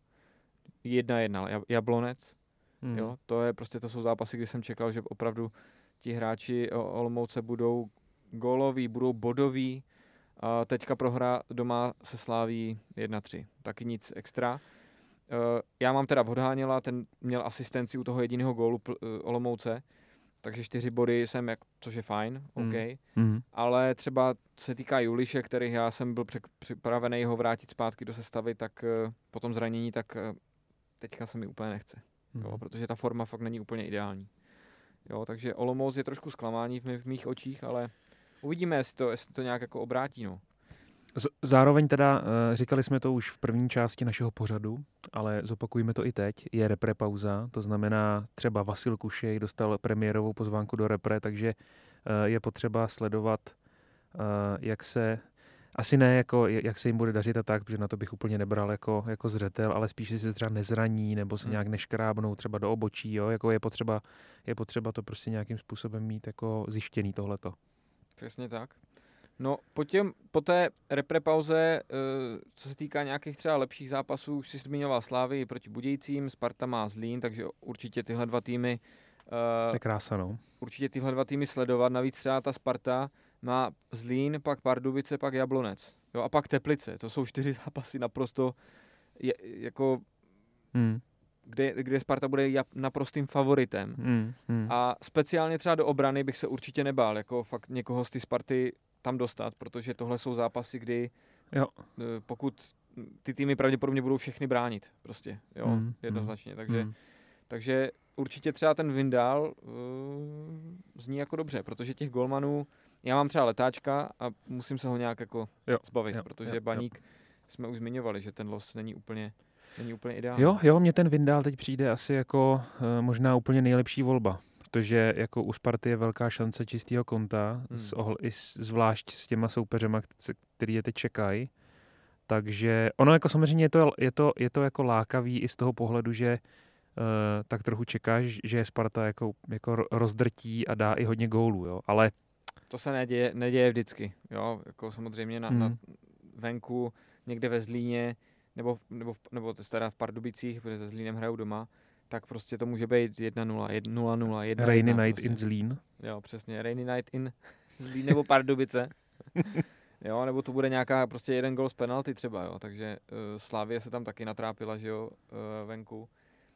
1-1 Jablonec. Jo, to jsou zápasy, kdy jsem čekal, že opravdu ti hráči Olomouce budou góloví, budou bodoví. A teďka prohra doma se Sláví 1-3. Taky nic extra. Já mám teda Odháněla, ten měl asistenci u toho jediného gólu Olomouce, takže 4 body jsem, což je fajn, OK. Ale třeba co se týká Juliše, který já jsem byl připravený ho vrátit zpátky do sestavy, tak po tom zranění, tak teďka se mi úplně nechce. Jo, protože ta forma fakt není úplně ideální. Jo, takže Olomouc je trošku zklamání v mých očích, ale uvidíme, jestli to nějak jako obrátí. No. Zároveň teda, říkali jsme to už v první části našeho pořadu, ale zopakujeme to i teď, je repre pauza, to znamená třeba Vasil Kušej dostal premiérovou pozvánku do repre, takže je potřeba sledovat, jak se, asi ne jako, jak se jim bude dařit a tak, protože na to bych úplně nebral jako zřetel, ale spíš se třeba nezraní nebo se nějak neškrábnou třeba do obočí, jo, jako je potřeba to prostě nějakým způsobem mít jako zjištěný tohleto. Přesně tak. No, po té repre-pauze, co se týká nějakých třeba lepších zápasů, už si zmiňoval Slávii proti Budějcím, Sparta má Zlín, takže určitě tyhle dva týmy je krása, no. Určitě tyhle dva týmy sledovat, navíc třeba ta Sparta má Zlín, pak Pardubice, pak Jablonec, jo, a pak Teplice, to jsou 4 zápasy naprosto jako kde Sparta bude naprostým favoritem. A speciálně třeba do obrany bych se určitě nebál, jako fakt někoho z té Sparty tam dostat, protože tohle jsou zápasy, kdy pokud ty týmy pravděpodobně budou všechny bránit, prostě, jo, jednoznačně, takže Takže určitě třeba ten Vindal zní jako dobře, protože těch golmanů, já mám třeba Letáčka a musím se ho nějak jako zbavit, protože Baník jsme už zmiňovali, že ten los není úplně ideální. Jo, mně ten Vindal teď přijde asi jako možná úplně nejlepší volba, protože jako u Sparty je velká šance čistého konta, zvlášť s těma soupeřema, který je teď čekají. Takže ono jako samozřejmě je to jako lákavý i z toho pohledu, že tak trochu čekáš, že Sparta jako rozdrtí a dá i hodně gólů, jo, ale to se neděje vždycky, jo, jako samozřejmě na venku, někde ve Zlíně, nebo teda v Pardubicích, protože se Zlínem hrajou doma, tak prostě to může být 1-0, 0-0, 1-1. Rainy night prostě. in Zlín. Jo, přesně, Rainy night in Zlín nebo Pardubice. Jo, nebo to bude nějaká prostě jeden gol z penalty třeba, jo, takže Slavie se tam taky natrápila, že jo, venku.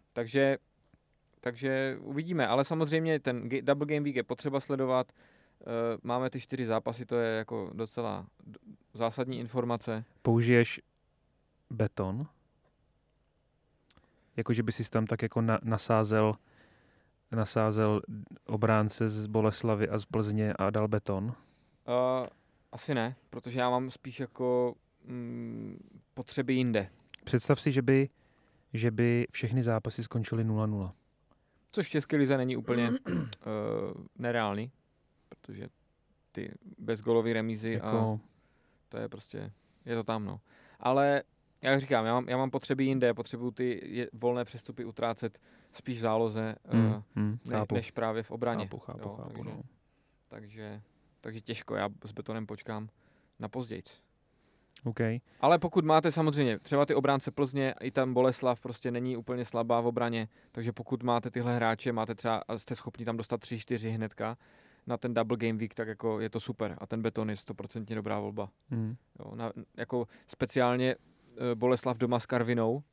Takže uvidíme, ale samozřejmě ten Double Game Week je potřeba sledovat. Máme ty 4 zápasy, to je jako docela zásadní informace. Použiješ beton? Jakože by si tam tak jako nasázel obránce z Boleslavy a z Plzně a dal beton? Asi ne, protože já mám spíš jako potřeby jinde. Představ si, že by všechny zápasy skončily 0-0. Což v České lize není úplně nereálný, protože ty bezgolový remízy jako... a to je prostě, je to tam, no. Ale jak říkám, já mám potřeby jinde, potřebuju ty volné přestupy utrácet spíš v záloze, než právě v obraně. Chápu, no. Takže těžko, já s betonem počkám na pozdějc. Okay. Ale pokud máte samozřejmě třeba ty obránce Plzně, i tam Boleslav prostě není úplně slabá v obraně, takže pokud máte tyhle hráče, máte třeba a jste schopni tam dostat 3-4 hnedka na ten Double Game Week, tak jako je to super a ten beton je 100% dobrá volba. Jo, jako speciálně Boleslav doma s Karvinou,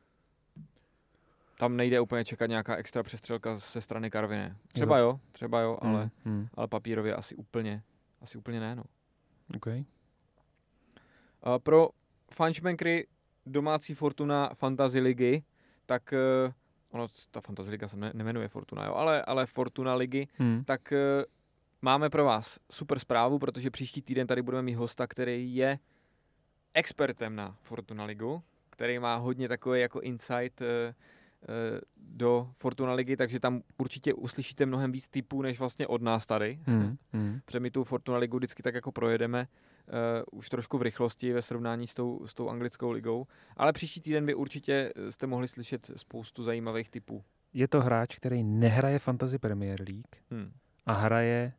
tam nejde úplně čekat nějaká extra přestřelka ze strany Karviné. Třeba jo, ale papírově asi úplně ne, no. Okay. Pro fanšmenkry domácí Fortuna Fantasy ligy, tak ta Fantasy liga se nemenuje Fortuna, jo, ale Fortuna ligy, tak máme pro vás super zprávu, protože příští týden tady budeme mít hosta, který je expertem na Fortuna ligu, který má hodně takový jako insight do Fortuna ligy, takže tam určitě uslyšíte mnohem víc tipů, než vlastně od nás tady. Protože my tu Fortuna ligu vždycky tak jako projedeme už trošku v rychlosti ve srovnání s tou anglickou ligou, ale příští týden by určitě jste mohli slyšet spoustu zajímavých tipů. Je to hráč, který nehraje Fantasy Premier League a hraje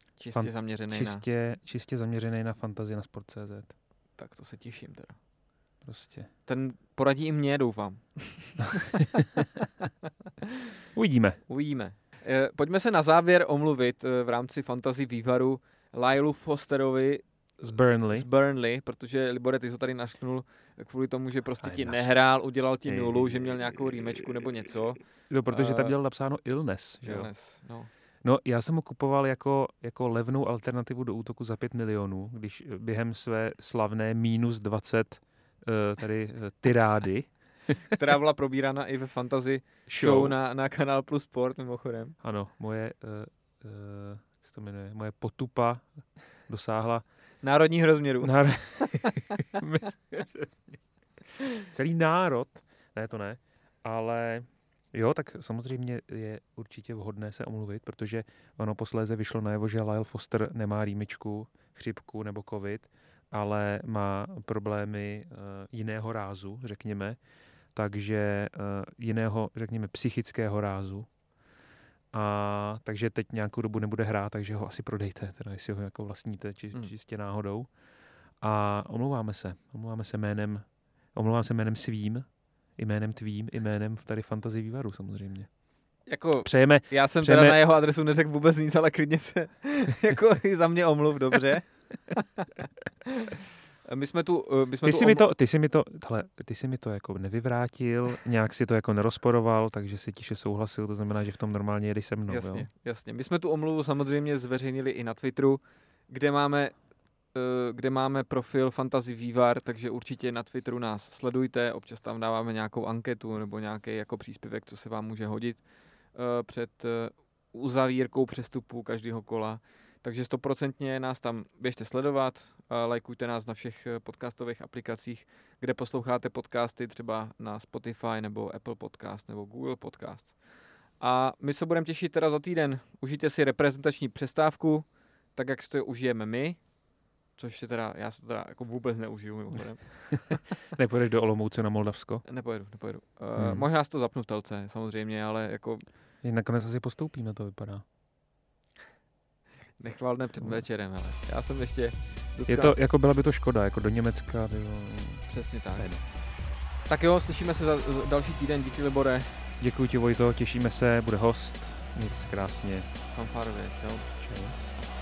čistě zaměřený na fantasy na Sport.cz. Tak to se těším teda. Prostě. Ten poradí i mě, doufám. Uvidíme. Pojďme se na závěr omluvit v rámci fantasy vývaru Lylu Fosterovi z Burnley, protože Libore, ty jsi to tady našknul kvůli tomu, že prostě ti nehrál, udělal ti nulu, že měl nějakou rýmečku nebo něco. No, protože tam měl napsáno illness, že jo? No, já jsem ho kupoval jako levnou alternativu do útoku za 5 milionů, když během své slavné minus 20 tady tyrády, která byla probírána i ve fantasy show na Kanál Plus Sport mimochodem. Ano, moje jak se to jmenuje, moje potupa dosáhla národních rozměrů. Celý národ, ne to ne, ale jo, tak samozřejmě je určitě vhodné se omluvit, protože ono posléze vyšlo najevo, že Lyle Foster nemá rýmičku, chřipku nebo covid, ale má problémy jiného rázu, řekněme, takže jiného, řekněme, psychického rázu. A takže teď nějakou dobu nebude hrát, takže ho asi prodejte, teda jestli ho jako vlastníte čistě náhodou. A omlouváme se jménem svým, i jménem tvým, i jménem tady Fantasy vývaru samozřejmě. Jako, přejeme, já jsem teda na jeho adresu neřekl vůbec nic, ale klidně se jako i za mě omluv, dobře. Ty jsi mi to jako nevyvrátil, nějak si to jako nerozporoval, takže si tiše souhlasil, to znamená, že v tom normálně jedeš se mnou. Jasně. My jsme tu omluvu samozřejmě zveřejnili i na Twitteru, kde máme kde máme profil Fantasy Vývar, takže určitě na Twitteru nás sledujte, občas tam dáváme nějakou anketu nebo nějaký jako příspěvek, co se vám může hodit před uzavírkou přestupu každého kola. Takže 100% nás tam běžte sledovat, lajkujte nás na všech podcastových aplikacích, kde posloucháte podcasty, třeba na Spotify nebo Apple Podcast nebo Google Podcast. A my se budeme těšit teda za týden. Užijte si reprezentační přestávku, tak jak si to užijeme my, což se teda, já se teda jako vůbec neužiju mimochodem. Nepojedeš do Olomouce na Moldavsko? Nepojedu. Možná si to zapnu v telce, samozřejmě, ale jako... Nakonec asi postoupíme, to vypadá. Nechvalné před večerem, ale já jsem ještě... Je to, jako byla by to škoda, jako do Německa. Přesně tak. Tak jo, slyšíme se za další týden, díky Libore. Děkuji ti, Vojto, těšíme se, bude host. Mějte se krásně. Fanfárově, čau. Čau.